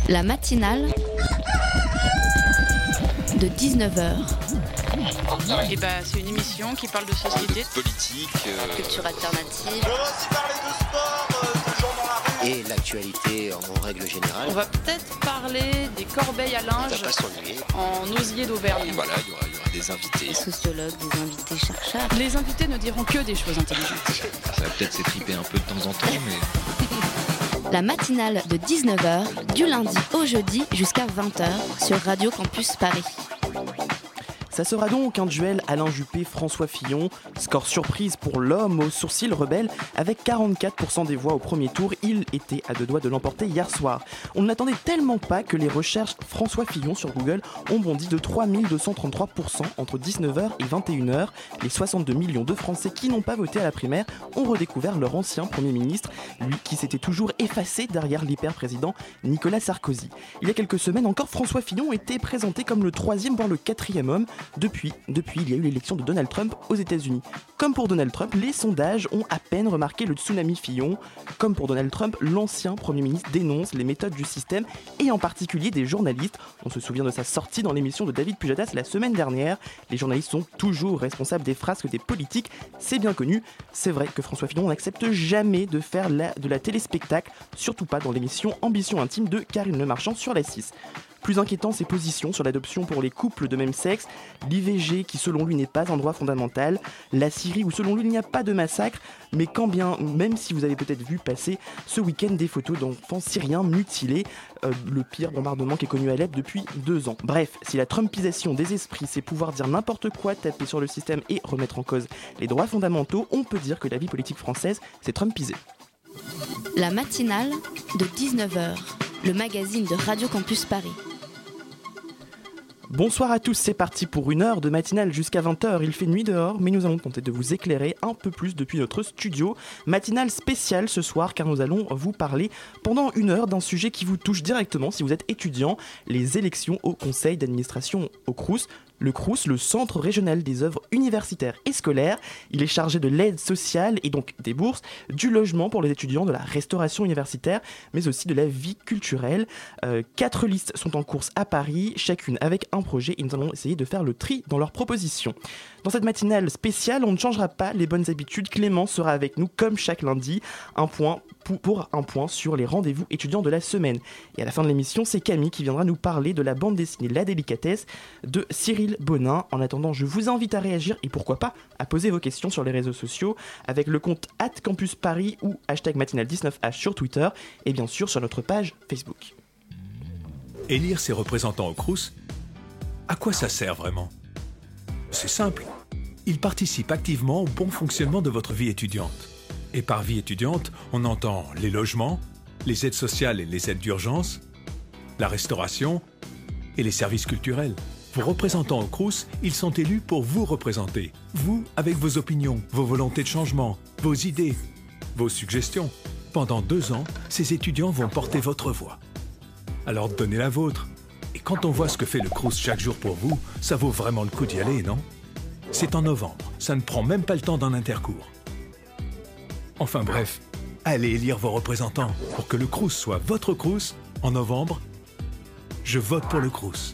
La matinale de 19h. Et c'est une émission qui parle de société, politique, culture alternative. On va aussi parler de sport, de gens dans la rue. Et l'actualité en règle générale. on va peut-être parler des corbeilles à On linge va pas s'ennuyer. en osier d'Auvergne. voilà, il y aura des invités. Des sociologues, des invités chercheurs. Les invités ne diront que des choses intelligentes. Ça va peut-être s'étriper un peu de temps en temps, mais... La matinale de 19h, du lundi au jeudi jusqu'à 20h sur Radio Campus Paris. Ça sera donc un duel Alain Juppé-François Fillon. Score surprise pour l'homme aux sourcils rebelles. Avec 44% des voix au premier tour, il était à deux doigts de l'emporter hier soir. On ne l'attendait tellement pas que les recherches François Fillon sur Google ont bondi de 3233% entre 19h et 21h. Les 62 millions de Français qui n'ont pas voté à la primaire ont redécouvert leur ancien Premier ministre, lui qui s'était toujours effacé derrière l'hyper-président Nicolas Sarkozy. Il y a quelques semaines encore, François Fillon était présenté comme le troisième voire le quatrième homme. Depuis, il y a eu l'élection de Donald Trump aux États-Unis. Comme pour Donald Trump, les sondages ont à peine remarqué le tsunami Fillon. Comme pour Donald Trump, l'ancien Premier ministre dénonce les méthodes du système et en particulier des journalistes. On se souvient de sa sortie dans l'émission de David Pujadas la semaine dernière. Les journalistes sont toujours responsables des frasques des politiques, c'est bien connu. C'est vrai que François Fillon n'accepte jamais de faire de la téléspectacle, surtout pas dans l'émission Ambition intime de Karine Le Marchand sur la 6. Plus inquiétant, ses positions sur l'adoption pour les couples de même sexe, l'IVG qui selon lui n'est pas un droit fondamental, la Syrie où selon lui il n'y a pas de massacre, mais quand bien, même si vous avez peut-être vu passer ce week-end des photos d'enfants syriens mutilés, le pire bombardement qui est connu à Alep depuis 2 ans. Bref, si la trumpisation des esprits c'est pouvoir dire n'importe quoi, taper sur le système et remettre en cause les droits fondamentaux, on peut dire que la vie politique française s'est trumpisée. La matinale de 19h, le magazine de Radio Campus Paris. Bonsoir à tous, c'est parti pour une heure de matinale jusqu'à 20h. Il fait nuit dehors, mais nous allons tenter de vous éclairer un peu plus depuis notre studio. Matinale spéciale ce soir, car nous allons vous parler pendant une heure d'un sujet qui vous touche directement si vous êtes étudiant, les élections au conseil d'administration au Crous. Le Crous, le Centre régional des œuvres universitaires et scolaires, il est chargé de l'aide sociale et donc des bourses, du logement pour les étudiants, de la restauration universitaire, mais aussi de la vie culturelle. 4 listes sont en course à Paris, chacune avec un projet, et nous allons essayer de faire le tri dans leurs propositions. Dans cette matinale spéciale, on ne changera pas les bonnes habitudes. Clément sera avec nous comme chaque lundi, pour un point sur les rendez-vous étudiants de la semaine. Et à la fin de l'émission, c'est Camille qui viendra nous parler de la bande dessinée La Délicatesse de Cyril Bonin. En attendant, je vous invite à réagir et pourquoi pas à poser vos questions sur les réseaux sociaux avec le compte @campusparis ou #matinale19h sur Twitter et bien sûr sur notre page Facebook. Élire ses représentants au Crous, à quoi ça sert vraiment ? C'est simple. Ils participent activement au bon fonctionnement de votre vie étudiante. Et par vie étudiante, on entend les logements, les aides sociales et les aides d'urgence, la restauration et les services culturels. Vos représentants au Crous, ils sont élus pour vous représenter. Vous, avec vos opinions, vos volontés de changement, vos idées, vos suggestions. Pendant 2 ans, ces étudiants vont porter votre voix. Alors donnez la vôtre. Et quand on voit ce que fait le Crous chaque jour pour vous, ça vaut vraiment le coup d'y aller, non ? C'est en novembre, ça ne prend même pas le temps d'un intercours. Enfin bref, allez élire vos représentants pour que le Crous soit votre Crous en novembre. Je vote pour le Crous.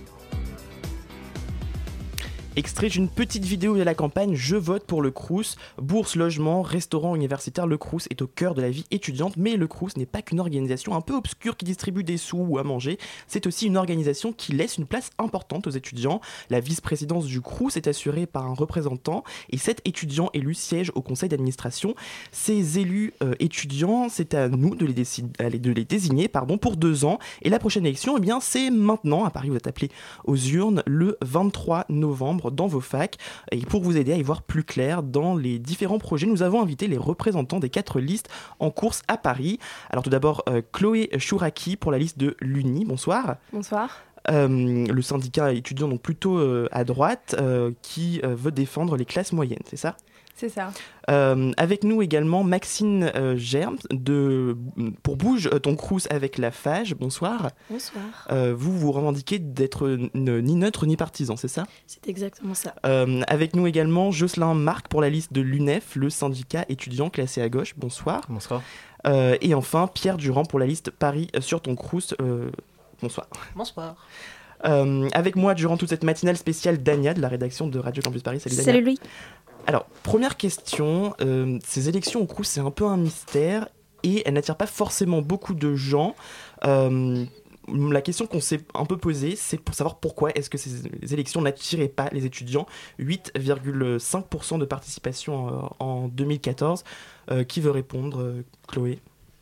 Extrait d'une petite vidéo de la campagne Je vote pour le Crous. Bourse, logement, restaurant universitaire, le Crous est au cœur de la vie étudiante, mais le Crous n'est pas qu'une organisation un peu obscure qui distribue des sous ou à manger, c'est aussi une organisation qui laisse une place importante aux étudiants. La vice-présidence du Crous est assurée par un représentant et 7 étudiants élus siègent au conseil d'administration. Ces élus étudiants, c'est à nous de les désigner pour 2 ans et la prochaine élection, c'est maintenant. À Paris, vous êtes appelés aux urnes le 23 novembre dans vos facs. Et pour vous aider à y voir plus clair dans les différents projets, nous avons invité les représentants des 4 listes en course à Paris. Alors tout d'abord, Chloé Chouraki pour la liste de l'Uni. Bonsoir. Bonsoir. Le syndicat étudiant donc plutôt à droite qui veut défendre les classes moyennes, c'est ça ? C'est ça. Avec nous également Maxine Germes pour Bouge ton Crous avec la FAGE. Bonsoir. Bonsoir. Vous revendiquez d'être ni neutre ni partisan, c'est ça ? C'est exactement ça. Avec nous également Jocelyn Marc pour la liste de l'UNEF, le syndicat étudiant classé à gauche. Bonsoir. Bonsoir. Et enfin Pierre Durand pour la liste Paris sur ton Crous. Bonsoir. Bonsoir. Avec moi durant toute cette matinale spéciale, Dania de la rédaction de Radio Campus Paris. Salut Dania. Salut Louis. Alors, première question, ces élections au Crous, c'est un peu un mystère et elles n'attirent pas forcément beaucoup de gens. La question qu'on s'est un peu posée, c'est pour savoir pourquoi est-ce que ces élections n'attiraient pas les étudiants. 8,5% de participation en 2014. Qui veut répondre, Chloé ?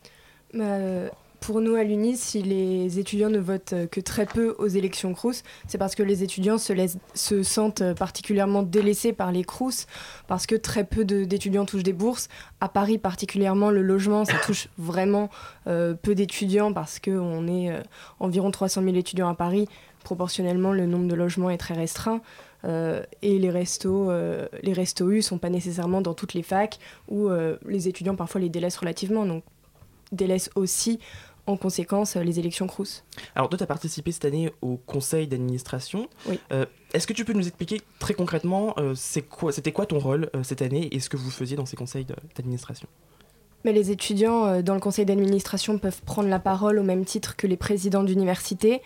Pour nous à l'UNIS, si les étudiants ne votent que très peu aux élections Crous, c'est parce que les étudiants se sentent particulièrement délaissés par les Crous, parce que très peu d'étudiants touchent des bourses. À Paris particulièrement, le logement, ça touche vraiment peu d'étudiants, parce qu'on est environ 300 000 étudiants à Paris. Proportionnellement, le nombre de logements est très restreint. Et les restos U ne sont pas nécessairement dans toutes les facs, où les étudiants parfois les délaissent relativement, donc délaissent aussi en conséquence les élections Crous. Alors toi, tu as participé cette année au conseil d'administration. Oui. Est-ce que tu peux nous expliquer très concrètement c'était quoi ton rôle cette année et ce que vous faisiez dans ces conseils d'administration ? Mais les étudiants dans le conseil d'administration peuvent prendre la parole au même titre que les présidents d'université,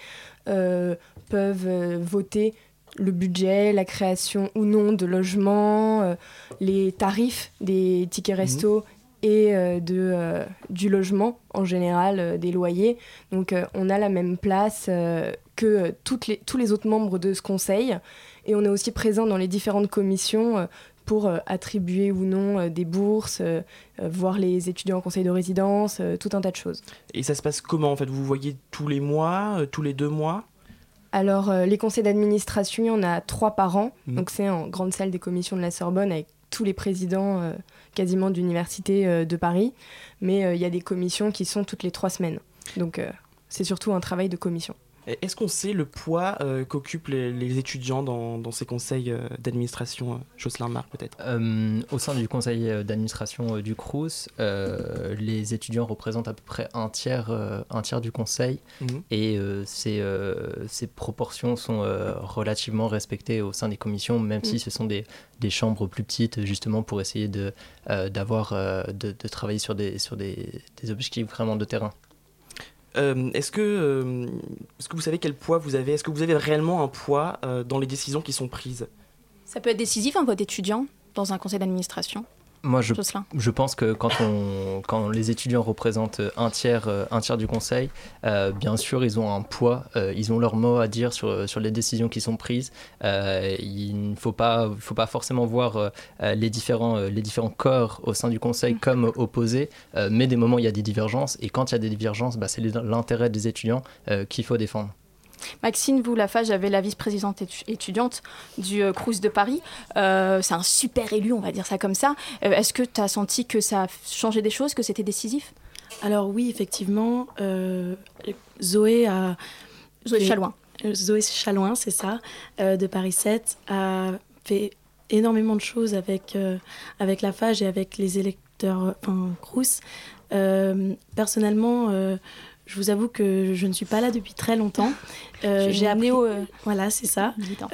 peuvent voter le budget, la création ou non de logements, les tarifs des tickets resto et du logement en général, des loyers. Donc on a la même place que tous les autres membres de ce conseil, et on est aussi présent dans les différentes commissions pour attribuer ou non des bourses, voir les étudiants en conseil de résidence, tout un tas de choses. Et ça se passe comment en fait ? Vous voyez tous les mois, tous les 2 mois ? Alors les conseils d'administration, il y en a 3 par an, donc c'est en grande salle des commissions de la Sorbonne avec tous les présidents quasiment d'université de Paris, mais il y a des commissions qui sont toutes les 3 semaines. Donc c'est surtout un travail de commission. Est-ce qu'on sait le poids qu'occupent les étudiants dans ces conseils d'administration, Jocelyn Marc peut-être ? Au sein du conseil d'administration du Crous, les étudiants représentent à peu près un tiers du conseil, et ces proportions sont relativement respectées au sein des commissions, même si ce sont des chambres plus petites, justement pour essayer de travailler sur des objectifs vraiment de terrain. Est-ce que vous savez quel poids vous avez ? Est-ce que vous avez réellement un poids dans les décisions qui sont prises ? Ça peut être décisif, un vote étudiant dans un conseil d'administration. Moi, je pense que quand les étudiants représentent un tiers du conseil, bien sûr, ils ont un poids, ils ont leur mot à dire sur les décisions qui sont prises. Il ne faut pas forcément voir les différents corps au sein du conseil comme opposés, mais des moments, il y a des divergences. Et quand il y a des divergences, c'est l'intérêt des étudiants qu'il faut défendre. Maxine, vous, la FAGE, avez la vice-présidente étudiante du Crous de Paris. C'est un super élu, on va dire ça comme ça. Est-ce que tu as senti que ça a changé des choses, que c'était décisif ? Alors oui, effectivement, Zoé Chalouin. Zoé Chalouin, c'est ça, de Paris 7, a fait énormément de choses avec la FAGE et avec les électeurs Crous. Personnellement, je vous avoue que je ne suis pas là depuis très longtemps. J'ai appris... Voilà, c'est ça.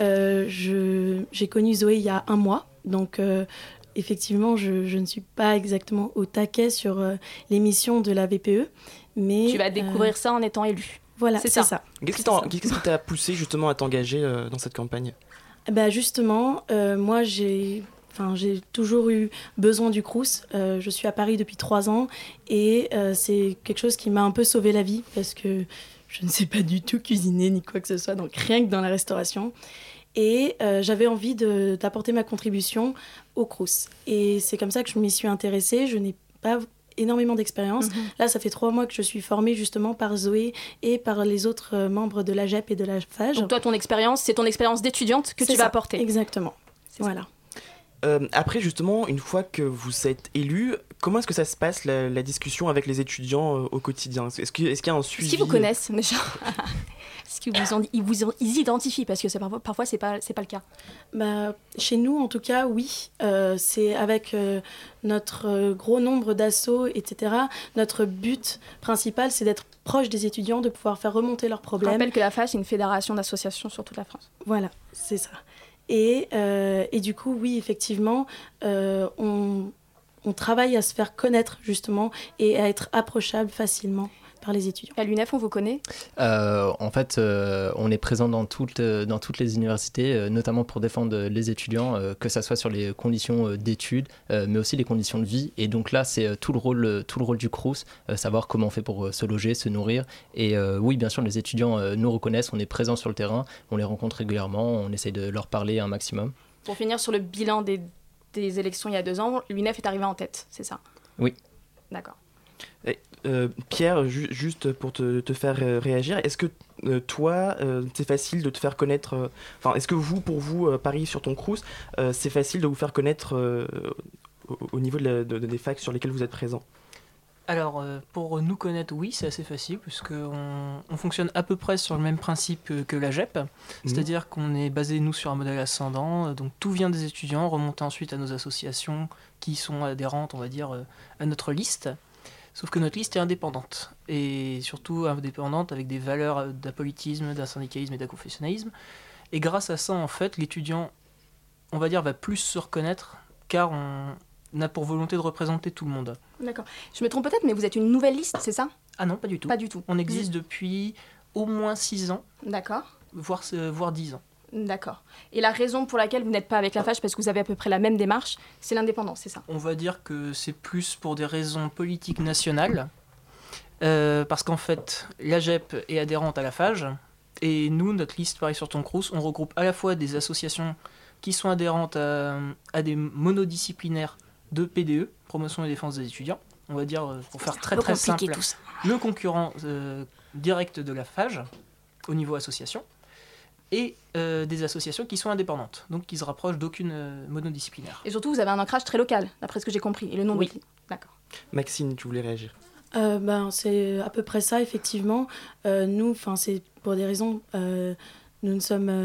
J'ai connu Zoé il y a 1 mois. Donc, effectivement, je ne suis pas exactement au taquet sur l'émission de la VPE. Mais, tu vas découvrir ça en étant élu. Voilà, c'est ça. Qu'est-ce qui t'a poussé justement à t'engager dans cette campagne ? Justement, moi, j'ai toujours eu besoin du Crous. Je suis à Paris depuis 3 ans et c'est quelque chose qui m'a un peu sauvé la vie parce que je ne sais pas du tout cuisiner ni quoi que ce soit, donc rien que dans la restauration. Et j'avais envie d'apporter ma contribution au Crous. Et c'est comme ça que je m'y suis intéressée. Je n'ai pas énormément d'expérience. Là, ça fait 3 mois que je suis formée justement par Zoé et par les autres membres de la GEP et de la FAGE. Donc toi, ton expérience, c'est ton expérience d'étudiante que tu vas apporter. Exactement. Voilà. Après, justement, une fois que vous êtes élu, comment est-ce que ça se passe, la discussion avec les étudiants au quotidien ? Est-ce qu'il y a un suivi ? Est-ce qu'ils vous connaissent déjà ? Est-ce qu'ils identifient ? Parce que parfois, c'est pas le cas. Chez nous, en tout cas, oui. C'est avec notre gros nombre d'assos, etc. Notre but principal, c'est d'être proche des étudiants, de pouvoir faire remonter leurs problèmes. Je rappelle que la FAGE, c'est une fédération d'associations sur toute la France. Voilà, c'est ça. Et du coup, oui, effectivement, on travaille à se faire connaître, justement, et à être approchable facilement par les étudiants. À l'UNEF, on vous connaît ? En fait, on est présent dans toutes les universités, notamment pour défendre les étudiants, que ça soit sur les conditions d'études, mais aussi les conditions de vie. Et donc là, c'est tout le rôle du Crous, savoir comment on fait pour se loger, se nourrir. Et oui, bien sûr, les étudiants nous reconnaissent, on est présent sur le terrain, on les rencontre régulièrement, on essaye de leur parler un maximum. Pour finir sur le bilan des élections il y a 2 ans, l'UNEF est arrivé en tête, c'est ça ? Oui. D'accord. Et, Pierre, juste pour te faire réagir, est-ce que toi, c'est facile de te faire connaître, est-ce que pour vous, Paris sur ton Crous, c'est facile de vous faire connaître au niveau des facs sur lesquels vous êtes présent ? Alors, pour nous connaître, oui, c'est assez facile, puisqu'on fonctionne à peu près sur le même principe que la GEP, c'est-à-dire qu'on est basé, nous, sur un modèle ascendant, donc tout vient des étudiants, remonte ensuite à nos associations qui sont adhérentes, on va dire, à notre liste, sauf que notre liste est indépendante, et surtout indépendante avec des valeurs d'apolitisme, d'un syndicalisme et d'aconfessionnalisme, et grâce à ça, en fait, l'étudiant, on va dire, va plus se reconnaître, car on a pour volonté de représenter tout le monde. D'accord. Je me trompe peut-être, mais vous êtes une nouvelle liste, c'est ça ? Ah non, pas du tout. Pas du tout. On existe depuis au moins 6 ans. D'accord. Voire 10 ans. D'accord. Et la raison pour laquelle vous n'êtes pas avec la FAGE, parce que vous avez à peu près la même démarche, c'est l'indépendance, c'est ça ? On va dire que c'est plus pour des raisons politiques nationales, parce qu'en fait, la GEP est adhérente à la FAGE, et nous, notre liste Paris sur ton Crous, on regroupe à la fois des associations qui sont adhérentes à des monodisciplinaires de PDE, promotion et défense des étudiants, on va dire, pour faire très très simple, le concurrent direct de la FAGE au niveau association, et des associations qui sont indépendantes, donc qui se rapprochent d'aucune monodisciplinaire. Et surtout, vous avez un ancrage très local, d'après ce que j'ai compris, et le nombre. Oui. D'accord. Maxime, tu voulais réagir ? C'est à peu près ça, effectivement. Nous, c'est pour des raisons... Nous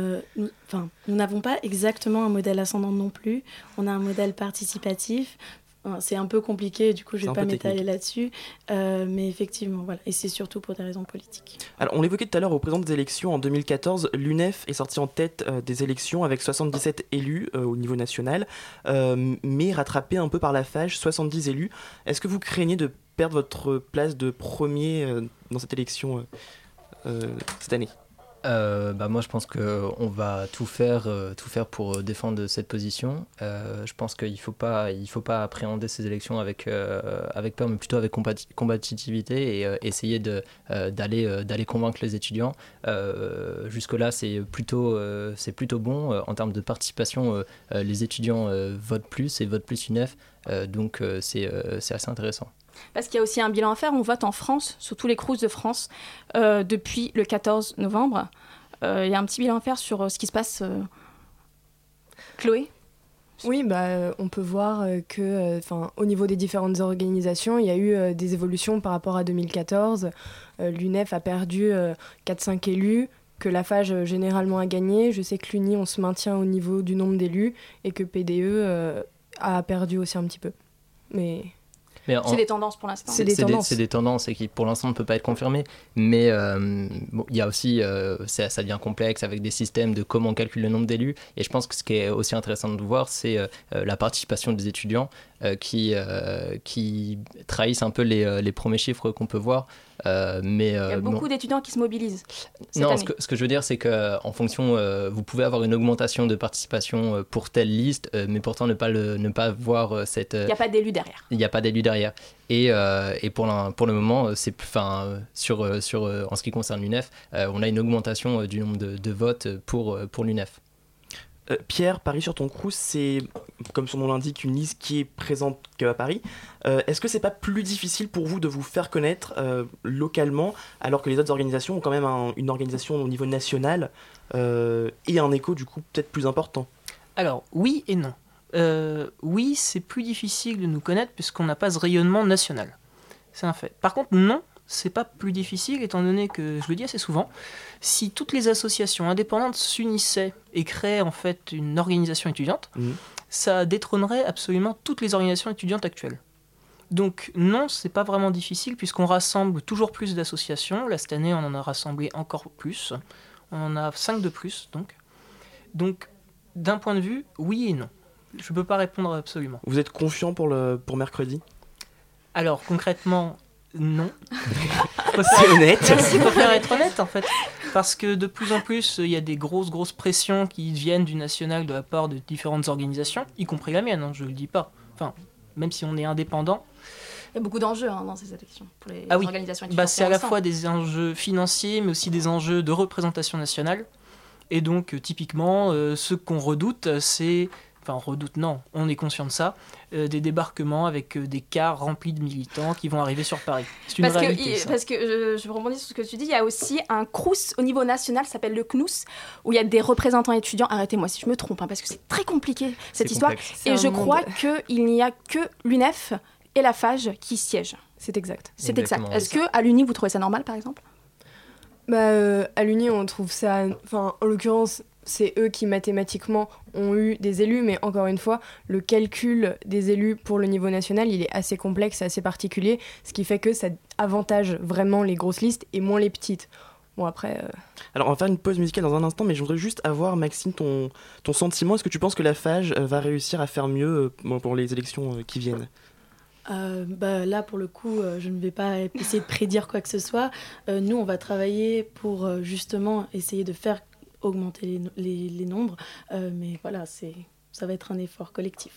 n'avons pas exactement un modèle ascendant non plus. On a un modèle participatif. C'est un peu compliqué, du coup, je ne vais pas m'étaler là-dessus. Mais effectivement, voilà. Et c'est surtout pour des raisons politiques. Alors, on l'évoquait tout à l'heure au présent des élections en 2014. L'UNEF est sortie en tête des élections avec 77 élus au niveau national, mais rattrapé un peu par la FAGE, 70 élus. Est-ce que vous craignez de perdre votre place de premier dans cette élection cette année ? Moi je pense qu'on va tout faire pour défendre cette position. Je pense qu'il faut pas appréhender ces élections avec peur, mais plutôt avec combativité et essayer d'aller convaincre les étudiants. Jusque là c'est plutôt bon en termes de participation. Les étudiants votent plus et votent plus UNEF, donc c'est assez intéressant. Parce qu'il y a aussi un bilan à faire. On vote en France, sur tous les Crous de France, depuis le 14 novembre. Il y a un petit bilan à faire sur ce qui se passe. Chloé ? Oui, on peut voir que, au niveau des différentes organisations, il y a eu des évolutions par rapport à 2014. L'UNEF a perdu 4-5 élus, que la FAGE généralement a gagné. Je sais que l'UNI, on se maintient au niveau du nombre d'élus, et que PDE a perdu aussi un petit peu. Mais c'est des tendances pour l'instant. C'est des tendances et qui pour l'instant ne peut pas être confirmées. Mais il y a aussi, ça devient complexe avec des systèmes de comment on calcule le nombre d'élus. Et je pense que ce qui est aussi intéressant de voir, c'est la participation des étudiants qui trahissent un peu les premiers chiffres qu'on peut voir. Il y a beaucoup d'étudiants qui se mobilisent cette année. Ce que je veux dire, c'est qu'en fonction, vous pouvez avoir une augmentation de participation pour telle liste, mais pourtant ne pas voir cette... Il n'y a pas d'élus derrière. Il n'y a pas d'élus derrière. Et pour le moment, en ce qui concerne l'UNEF, on a une augmentation du nombre de votes pour l'UNEF. Pierre, Paris sur ton Crous, c'est, comme son nom l'indique, une liste qui est présente qu'à Paris. Est-ce que c'est pas plus difficile pour vous de vous faire connaître localement, alors que les autres organisations ont quand même une organisation au niveau national et un écho du coup peut-être plus important ? Alors, oui et non. Oui, c'est plus difficile de nous connaître puisqu'on n'a pas ce rayonnement national. C'est un fait. Par contre, non, c'est pas plus difficile, étant donné que, je le dis assez souvent, si toutes les associations indépendantes s'unissaient et créaient en fait une organisation étudiante, ça détrônerait absolument toutes les organisations étudiantes actuelles. Donc non, c'est pas vraiment difficile puisqu'on rassemble toujours plus d'associations. Là, cette année, on en a rassemblé encore plus. On en a 5 de plus, donc. Donc, d'un point de vue, oui et non. Je ne peux pas répondre absolument. Vous êtes confiant pour mercredi ? Alors, concrètement, Non. C'est honnête. Je préfère être honnête en fait. Parce que de plus en plus, il y a des grosses pressions qui viennent du national de la part de différentes organisations, y compris la mienne, je ne le dis pas. Enfin, même si on est indépendant. Il y a beaucoup d'enjeux dans ces élections pour les organisations étudiantes. C'est à la fois des enjeux financiers, mais aussi des enjeux de représentation nationale. Et donc, typiquement, ce qu'on redoute, c'est... Enfin, on redoute, non, on est conscient de ça, des débarquements avec des cars remplis de militants qui vont arriver sur Paris. C'est une réalité, ça. Parce que je rebondis sur ce que tu dis, il y a aussi un CROUS au niveau national, ça s'appelle le CNUS, où il y a des représentants étudiants, arrêtez-moi si je me trompe, parce que c'est très compliqué cette histoire, et je crois qu'il n'y a que l'UNEF et la FAGE qui siègent. C'est exact. C'est exact. Est-ce qu'à l'Uni, vous trouvez ça normal, par exemple ? À l'Uni, on trouve ça... Enfin, en l'occurrence... C'est eux qui mathématiquement ont eu des élus, mais encore une fois, le calcul des élus pour le niveau national, il est assez complexe, assez particulier, ce qui fait que ça avantage vraiment les grosses listes et moins les petites. Bon, après... Alors, on va faire une pause musicale dans un instant, mais je voudrais juste avoir, Maxime, ton sentiment. Est-ce que tu penses que la FAGE va réussir à faire mieux pour les élections qui viennent ? Là, pour le coup, je ne vais pas essayer de prédire quoi que ce soit. Nous, on va travailler pour justement essayer de faire augmenter les nombres, mais voilà, ça va être un effort collectif.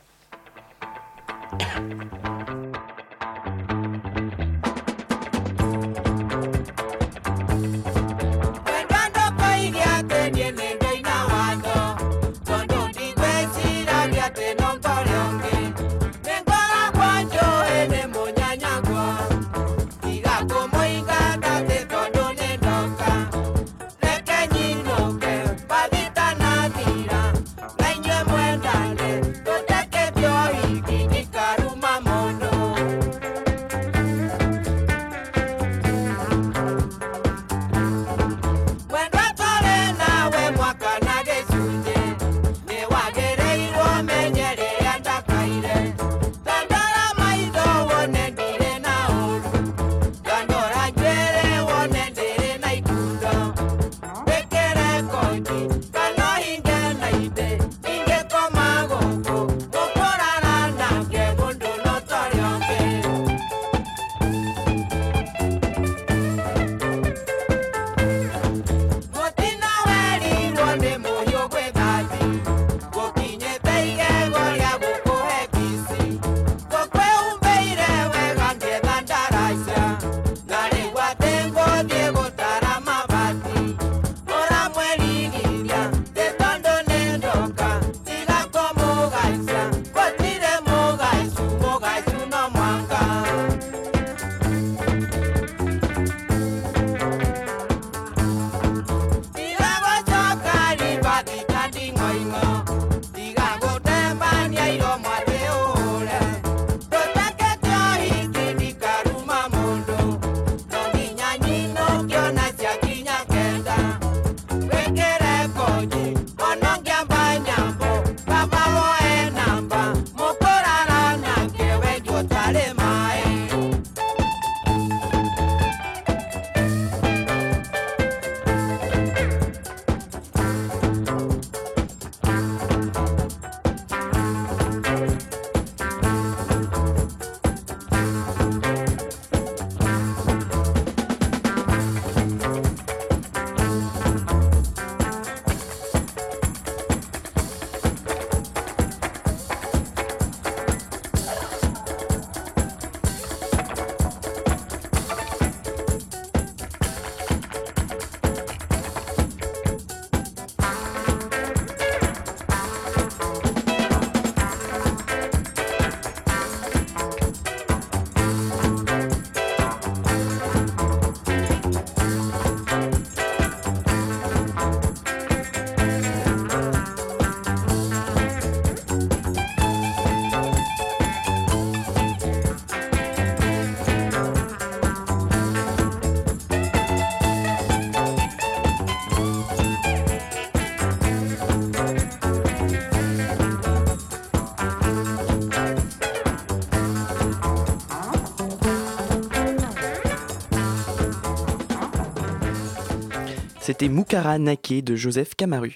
C'était Moukara Naké de Joseph Camaru.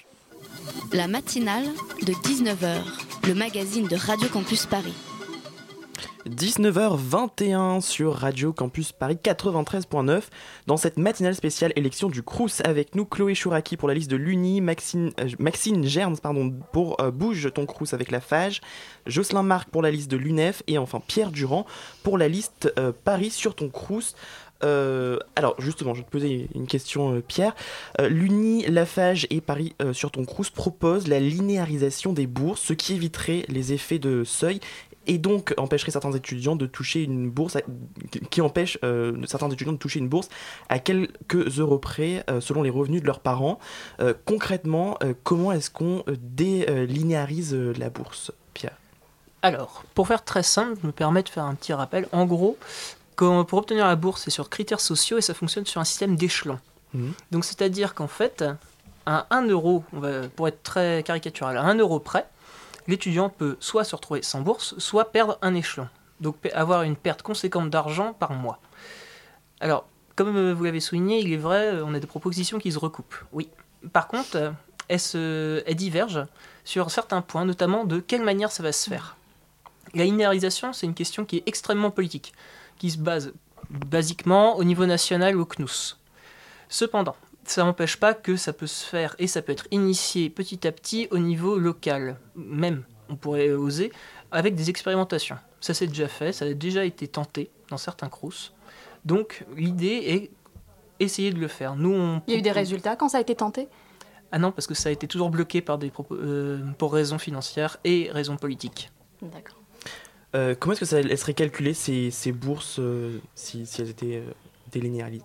La matinale de 19h, le magazine de Radio Campus Paris. 19h21 sur Radio Campus Paris 93.9. Dans cette matinale spéciale élection du Crous, avec nous Chloé Chouraki pour la liste de l'Uni, Maxine Gerns pour Bouge ton Crous avec la FAGE, Jocelyn Marc pour la liste de l'UNEF et enfin Pierre Durand pour la liste Paris sur ton Crous. Alors justement, je vais te poser une question, Pierre. L'Uni, la FAGE et Paris sur ton Crous proposent la linéarisation des bourses, ce qui éviterait les effets de seuil et donc empêcherait certains étudiants de toucher une bourse, qui empêche certains étudiants de toucher une bourse à quelques euros près selon les revenus de leurs parents. Concrètement, comment est-ce qu'on délinéarise la bourse, Pierre ? Alors, pour faire très simple, je me permets de faire un petit rappel. En gros, pour obtenir la bourse, c'est sur critères sociaux et ça fonctionne sur un système d'échelons. Donc, c'est-à-dire qu'en fait, à 1 euro, pour être très caricatural, à 1 euro près, l'étudiant peut soit se retrouver sans bourse, soit perdre un échelon. Donc avoir une perte conséquente d'argent par mois. Alors, comme vous l'avez souligné, il est vrai, on a des propositions qui se recoupent. Oui. Par contre, elles divergent sur certains points, notamment de quelle manière ça va se faire. La linéarisation, c'est une question qui est extrêmement politique, qui se base basiquement au niveau national au CNUS. Cependant, ça n'empêche pas que ça peut se faire et ça peut être initié petit à petit au niveau local. Même, on pourrait oser, avec des expérimentations. Ça s'est déjà fait, ça a déjà été tenté dans certains crous. Donc l'idée est essayer de le faire. Nous, il y a eu des résultats quand ça a été tenté ? Ah non, parce que ça a été toujours bloqué par pour raisons financières et raisons politiques. D'accord. Comment est-ce que ça serait calculé ces bourses si elles étaient délinéarisées?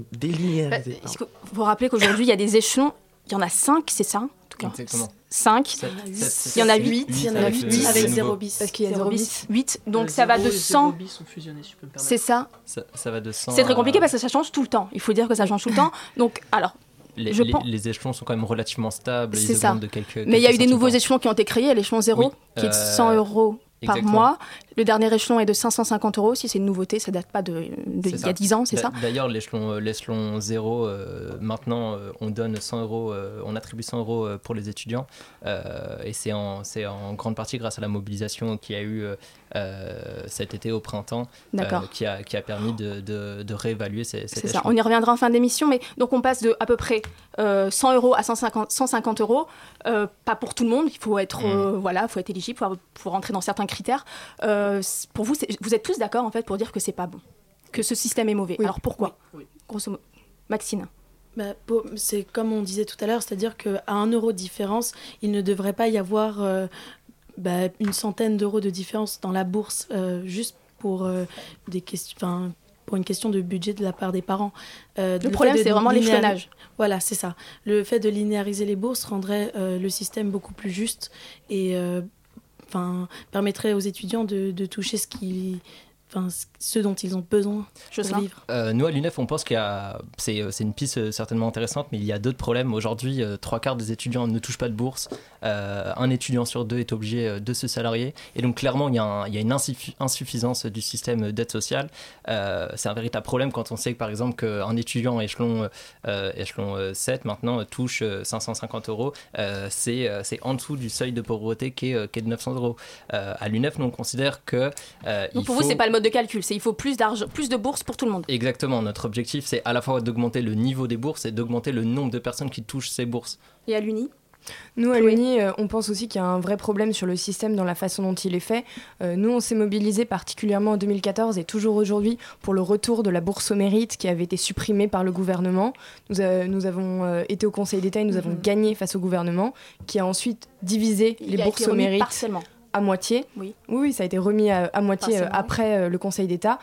Il faut rappeler qu'aujourd'hui, il y a des échelons. Il y en a 5, c'est ça en tout cas. Exactement. 5. Il y en a 8. Il y en a 8 avec 0 bis. Parce qu'il y a 0 bis. 8. Donc ça va de 100. 0 bis sont fusionnés, si je peux me permettre. C'est ça. Ça va de 100. C'est très compliqué parce que ça change tout le temps. Il faut dire que ça change tout le temps. Donc, alors. Les échelons sont quand même relativement stables. C'est ils ça. De quelques Mais il y a eu des nouveaux échelons. échelons qui ont été créés. L'échelon 0, qui est de 100 euros par mois. Le dernier échelon est de 550 euros. Si c'est une nouveauté, ça date pas d'il y a 10 ans, c'est ça ? D'ailleurs, l'échelon 0, maintenant, on donne 100 euros, on attribue 100 euros pour les étudiants. Et c'est en grande partie grâce à la mobilisation qu'il y a eu cet été au printemps, qui a permis de réévaluer cet échelon. C'est ça, on y reviendra en fin d'émission. Mais donc on passe de à peu près 100 euros à 150 euros. Pas pour tout le monde, il faut être, faut être éligible, faut rentrer dans certains critères. Pour vous, vous êtes tous d'accord en fait pour dire que c'est pas bon, que ce système est mauvais. Oui. Alors pourquoi ? Oui. Grosso modo, Maxine. C'est comme on disait tout à l'heure, c'est-à-dire qu'à 1 euro de différence, il ne devrait pas y avoir une centaine d'euros de différence dans la bourse, juste pour des questions. Pour une question de budget de la part des parents. Le problème, c'est vraiment l'échelonnage. Voilà, c'est ça. Le fait de linéariser les bourses rendrait le système beaucoup plus juste et permettrait aux étudiants de toucher ce dont ils ont besoin pour vivre. Nous, à l'UNEF, on pense c'est une piste certainement intéressante, mais il y a d'autres problèmes. Aujourd'hui, 3/4 des étudiants ne touchent pas de bourse. Un étudiant sur 2 est obligé de se salarier. Et donc, clairement, il y a une insuffisance du système d'aide sociale. C'est un véritable problème quand on sait que, par exemple, qu'un étudiant échelon 7, maintenant, touche 550 euros. C'est en dessous du seuil de pauvreté qui est de 900 euros. À l'UNEF, nous, on considère que... donc, pour vous, c'est pas le mode de calcul, il faut plus d'argent, plus de bourses pour tout le monde. Exactement, notre objectif, c'est à la fois d'augmenter le niveau des bourses et d'augmenter le nombre de personnes qui touchent ces bourses. Et à l'Uni ? Nous, à l'Uni, on pense aussi qu'il y a un vrai problème sur le système dans la façon dont il est fait. Nous, on s'est mobilisés particulièrement en 2014 et toujours aujourd'hui pour le retour de la bourse au mérite qui avait été supprimée par le gouvernement. Nous avons été au Conseil d'État et nous avons gagné face au gouvernement qui a ensuite divisé les bourses au mérite. Partiellement. À moitié. Oui, ça a été remis à moitié après le Conseil d'État.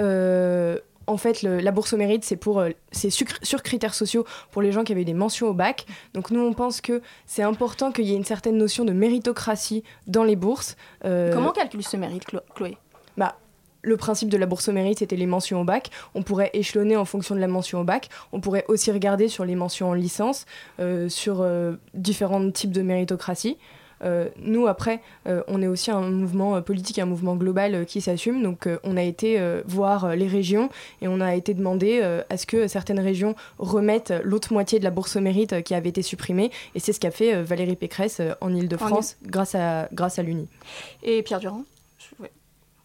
En fait, la bourse au mérite, c'est sur critères sociaux pour les gens qui avaient eu des mentions au bac. Donc nous, on pense que c'est important qu'il y ait une certaine notion de méritocratie dans les bourses. Comment on calcule ce mérite, Chloé ? Le principe de la bourse au mérite, c'était les mentions au bac. On pourrait échelonner en fonction de la mention au bac. On pourrait aussi regarder sur les mentions en licence, sur différents types de méritocratie. Nous, après, on est aussi un mouvement politique, un mouvement global qui s'assume. Donc, on a été voir les régions et on a été demandé à ce que certaines régions remettent l'autre moitié de la bourse au mérite qui avait été supprimée. Et c'est ce qu'a fait Valérie Pécresse en Île-de-France grâce à l'Uni. Et Pierre Durand ?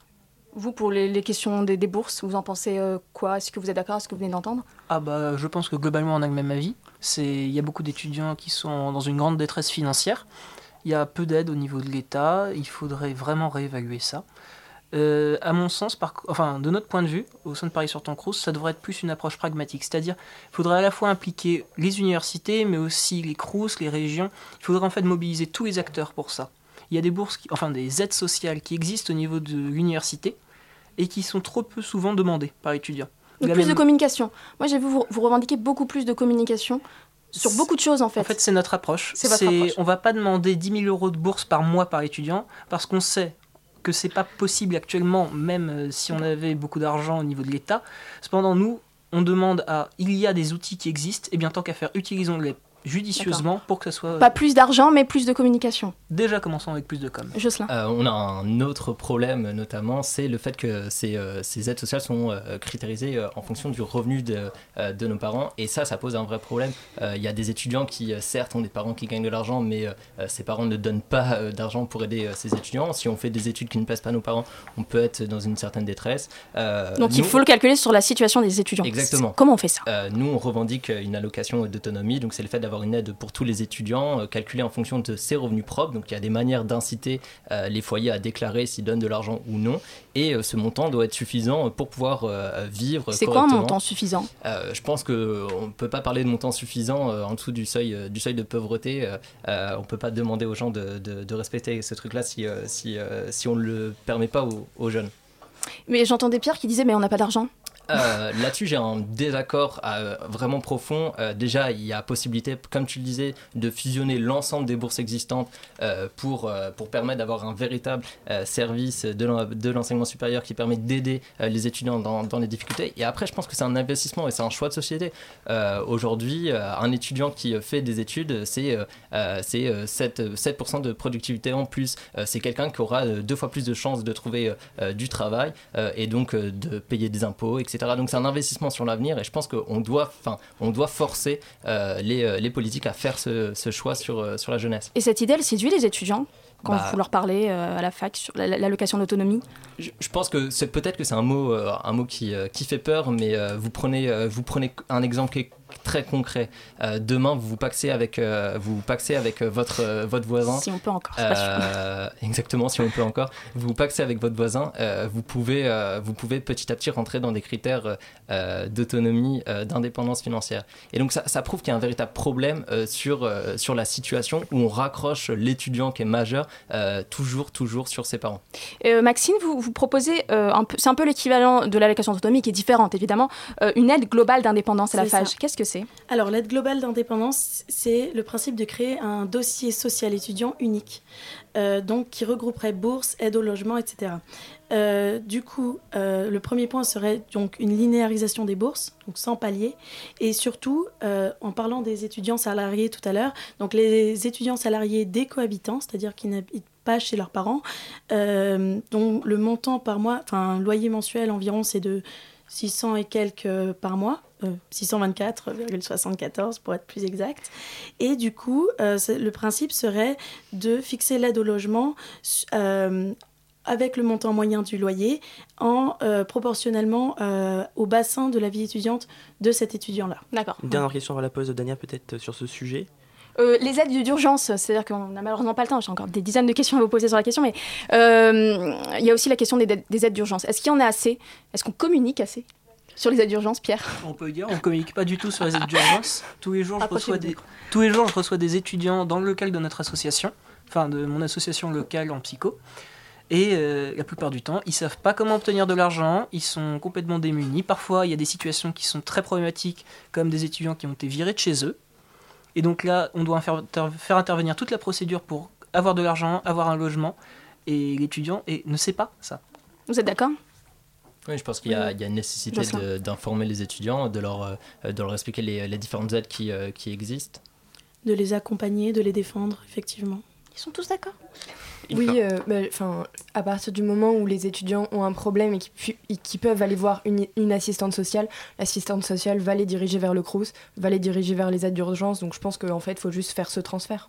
Vous, pour les questions des bourses, vous en pensez quoi? Est-ce que vous êtes d'accord avec ce que vous venez d'entendre? Je pense que globalement on a le même avis. Il y a beaucoup d'étudiants qui sont dans une grande détresse financière. Il y a peu d'aide au niveau de l'État. Il faudrait vraiment réévaluer ça. À mon sens, de notre point de vue, au sein de Paris sur ton Crous, ça devrait être plus une approche pragmatique. C'est-à-dire qu'il faudrait à la fois impliquer les universités, mais aussi les Crous, les régions. Il faudrait en fait mobiliser tous les acteurs pour ça. Il y a des bourses, des aides sociales qui existent au niveau de l'université et qui sont trop peu souvent demandées par étudiants. Donc plus de communication. Moi, j'ai vu vous revendiquer beaucoup plus de communication sur beaucoup de choses, en fait. En fait, c'est notre approche. C'est votre approche. On ne va pas demander 10 000 € de bourse par mois par étudiant parce qu'on sait que ce n'est pas possible actuellement, même si on avait beaucoup d'argent au niveau de l'État. Cependant, nous, on demande il y a des outils qui existent, et bien tant qu'à faire, utilisons-les judicieusement pour que ça soit... Pas plus d'argent, mais plus de communication. Déjà, commençons avec plus de com. Jocelyn. On a un autre problème, notamment, c'est le fait que ces aides sociales sont critériséées en fonction du revenu de nos parents. Et ça pose un vrai problème. Il y a des étudiants qui, certes, ont des parents qui gagnent de l'argent, mais ces parents ne donnent pas d'argent pour aider ces étudiants. Si on fait des études qui ne plaisent pas à nos parents, on peut être dans une certaine détresse. Donc il faut le calculer sur la situation des étudiants. Exactement. Comment on fait ça? Nous, on revendique une allocation d'autonomie. Donc c'est le fait d'avoir une aide pour tous les étudiants, calculée en fonction de ses revenus propres. Donc il y a des manières d'inciter les foyers à déclarer s'ils donnent de l'argent ou non. Et ce montant doit être suffisant pour pouvoir vivre correctement. C'est quoi un montant suffisant? Je pense qu'on ne peut pas parler de montant suffisant en dessous du seuil de pauvreté. On ne peut pas demander aux gens de respecter ce truc-là si on ne le permet pas aux jeunes. Mais j'entendais Pierre qui disait mais on n'a pas d'argent. Là-dessus, j'ai un désaccord vraiment profond. Déjà, il y a possibilité, comme tu le disais, de fusionner l'ensemble des bourses existantes pour permettre d'avoir un véritable service de l'enseignement supérieur qui permet d'aider les étudiants dans les difficultés. Et après, je pense que c'est un investissement et c'est un choix de société. Aujourd'hui, un étudiant qui fait des études, c'est 7% de productivité en plus. C'est quelqu'un qui aura 2 fois plus de chances de trouver du travail et donc de payer des impôts, etc. Donc c'est un investissement sur l'avenir et je pense qu'on doit forcer les politiques à faire ce choix sur la jeunesse. Et cette idée, elle séduit les étudiants quand vous leur parlez à la fac sur l'allocation d'autonomie? Je pense que peut-être que c'est un mot qui fait peur, mais vous prenez un exemple qui est très concret. Demain, vous pacsez avec votre voisin. Si on peut encore, c'est pas sûr. Exactement, si on peut encore. Vous pacsez avec votre voisin. Vous pouvez petit à petit rentrer dans des critères d'autonomie, d'indépendance financière. Et donc ça prouve qu'il y a un véritable problème sur la situation où on raccroche l'étudiant qui est majeur toujours sur ses parents. Maxime, vous proposez c'est un peu l'équivalent de l'allocation d'autonomie qui est différente évidemment, une aide globale d'indépendance à la FAGE. Qu'est-ce que c'est? Alors l'aide globale d'indépendance, c'est le principe de créer un dossier social étudiant unique, donc qui regrouperait bourse, aide au logement, etc. Du coup, le premier point serait donc une linéarisation des bourses, donc sans palier, et surtout, en parlant des étudiants salariés tout à l'heure, donc les étudiants salariés décohabitants, c'est-à-dire qui n'habitent pas chez leurs parents, dont le montant par mois, enfin loyer mensuel environ, c'est de 600 et quelques par mois, 624,74 pour être plus exact. Et du coup, le principe serait de fixer l'aide au logement avec le montant moyen du loyer, proportionnellement au bassin de la vie étudiante de cet étudiant-là. D'accord. Une dernière question à la pause de Dania peut-être sur ce sujet. Les aides d'urgence, c'est-à-dire qu'on n'a malheureusement pas le temps, j'ai encore des dizaines de questions à vous poser sur la question, mais il y a aussi la question des aides d'urgence. Est-ce qu'il y en a assez? Est-ce qu'on communique assez sur les aides d'urgence, Pierre? On peut dire, on ne communique pas du tout sur les aides d'urgence. Tous les jours, je reçois des étudiants dans le local de notre association, enfin de mon association locale en psycho. Et la plupart du temps, ils ne savent pas comment obtenir de l'argent, ils sont complètement démunis. Parfois, il y a des situations qui sont très problématiques, comme des étudiants qui ont été virés de chez eux. Et donc là, on doit faire intervenir toute la procédure pour avoir de l'argent, avoir un logement. Et l'étudiant ne sait pas ça. Vous êtes d'accord ? Oui, je pense qu'il y a une nécessité d'informer les étudiants, de leur expliquer les différentes aides qui existent. De les accompagner, de les défendre, effectivement. Ils sont tous d'accord ? Oui, à partir du moment où les étudiants ont un problème et qui peuvent aller voir une assistante sociale, l'assistante sociale va les diriger vers le Crous, va les diriger vers les aides d'urgence. Donc je pense qu'en fait, il faut juste faire ce transfert.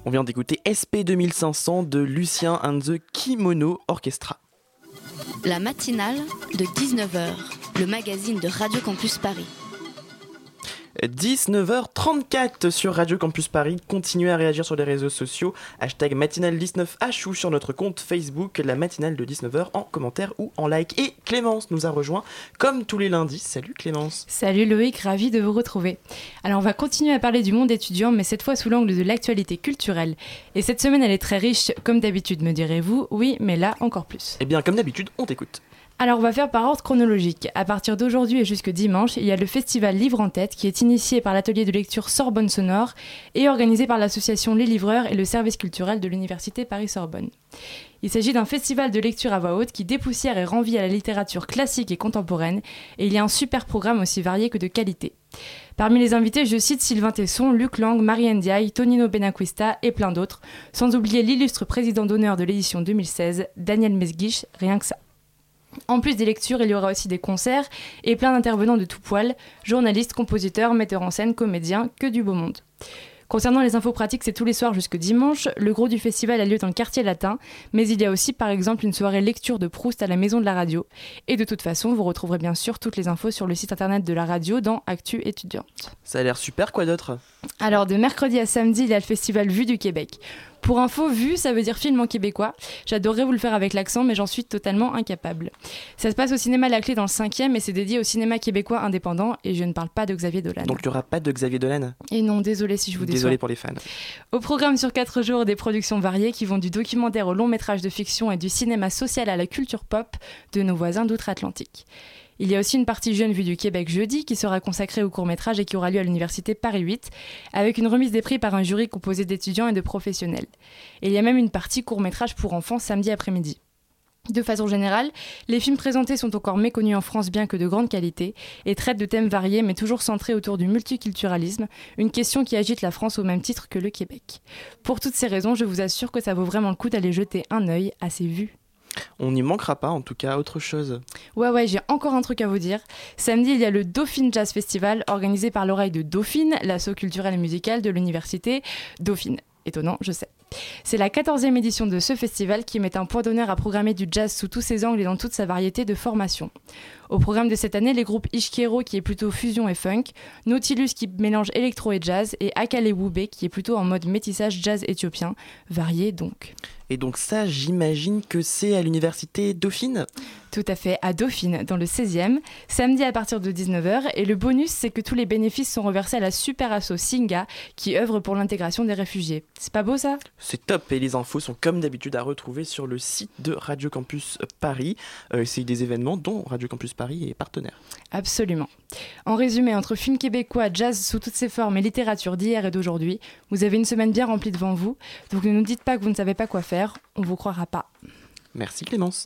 On vient d'écouter SP 2500 de Lucien and the Kimono Orchestra. La matinale de 19h, le magazine de Radio Campus Paris. 19h34 sur Radio Campus Paris. Continuez à réagir sur les réseaux sociaux. #matinale19h ou sur notre compte Facebook, la matinale de 19h, en commentaire ou en like. Et Clémence nous a rejoint comme tous les lundis. Salut Clémence. Salut Loïc, ravi de vous retrouver. Alors on va continuer à parler du monde étudiant, mais cette fois sous l'angle de l'actualité culturelle. Et cette semaine elle est très riche, comme d'habitude me direz-vous. Oui, mais là encore plus. Eh bien comme d'habitude, on t'écoute. Alors on va faire par ordre chronologique. À partir d'aujourd'hui et jusque dimanche, il y a le festival Livre en tête qui est initié par l'atelier de lecture Sorbonne Sonore et organisé par l'association Les Livreurs et le service culturel de l'université Paris-Sorbonne. Il s'agit d'un festival de lecture à voix haute qui dépoussière et rend vie à la littérature classique et contemporaine, et il y a un super programme aussi varié que de qualité. Parmi les invités, je cite Sylvain Tesson, Luc Lang, Marie Ndiaye, Tonino Benacquista et plein d'autres, sans oublier l'illustre président d'honneur de l'édition 2016, Daniel Mesguich, rien que ça. En plus des lectures, il y aura aussi des concerts et plein d'intervenants de tout poil, journalistes, compositeurs, metteurs en scène, comédiens, que du beau monde. Concernant les infos pratiques, c'est tous les soirs jusque dimanche. Le gros du festival a lieu dans le quartier latin, mais il y a aussi par exemple une soirée lecture de Proust à la Maison de la Radio. Et de toute façon, vous retrouverez bien sûr toutes les infos sur le site internet de la radio dans Actu étudiante. Ça a l'air super, quoi d'autre ? Alors de mercredi à samedi, il y a le festival Vue du Québec. Pour info, vue, ça veut dire film en québécois. J'adorerais vous le faire avec l'accent, mais j'en suis totalement incapable. Ça se passe au cinéma La Clé dans le 5e et c'est dédié au cinéma québécois indépendant. Et je ne parle pas de Xavier Dolan. Donc il n'y aura pas de Xavier Dolan ? Et non, désolé si je vous déçois. Désolé pour les fans. Au programme sur 4 jours, des productions variées qui vont du documentaire au long métrage de fiction et du cinéma social à la culture pop de nos voisins d'outre-Atlantique. Il y a aussi une partie jeune Vue du Québec jeudi qui sera consacrée au court-métrage et qui aura lieu à l'université Paris 8 avec une remise des prix par un jury composé d'étudiants et de professionnels. Et il y a même une partie court-métrage pour enfants samedi après-midi. De façon générale, les films présentés sont encore méconnus en France bien que de grande qualité et traitent de thèmes variés mais toujours centrés autour du multiculturalisme, une question qui agite la France au même titre que le Québec. Pour toutes ces raisons, je vous assure que ça vaut vraiment le coup d'aller jeter un œil à ces vues. On n'y manquera pas, en tout cas, autre chose. Ouais, j'ai encore un truc à vous dire. Samedi, il y a le Dauphine Jazz Festival, organisé par l'Oreille de Dauphine, l'asso culturelle et musicale de l'université Dauphine. Étonnant, je sais. C'est la 14e édition de ce festival qui met un point d'honneur à programmer du jazz sous tous ses angles et dans toute sa variété de formations. Au programme de cette année, les groupes Ishkero qui est plutôt fusion et funk, Nautilus qui mélange électro et jazz et Akale Wube qui est plutôt en mode métissage jazz éthiopien, varié donc. Et donc ça, j'imagine que c'est à l'université Dauphine ? Tout à fait, à Dauphine, dans le 16e, samedi à partir de 19h. Et le bonus, c'est que tous les bénéfices sont reversés à la super asso Singa, qui œuvre pour l'intégration des réfugiés. C'est pas beau ça ? C'est top, et les infos sont comme d'habitude à retrouver sur le site de Radio Campus Paris. C'est des événements dont Radio Campus Paris est partenaire. Absolument. En résumé, entre films québécois, jazz sous toutes ses formes et littérature d'hier et d'aujourd'hui, vous avez une semaine bien remplie devant vous. Donc ne nous dites pas que vous ne savez pas quoi faire, on vous croira pas. Merci Clémence.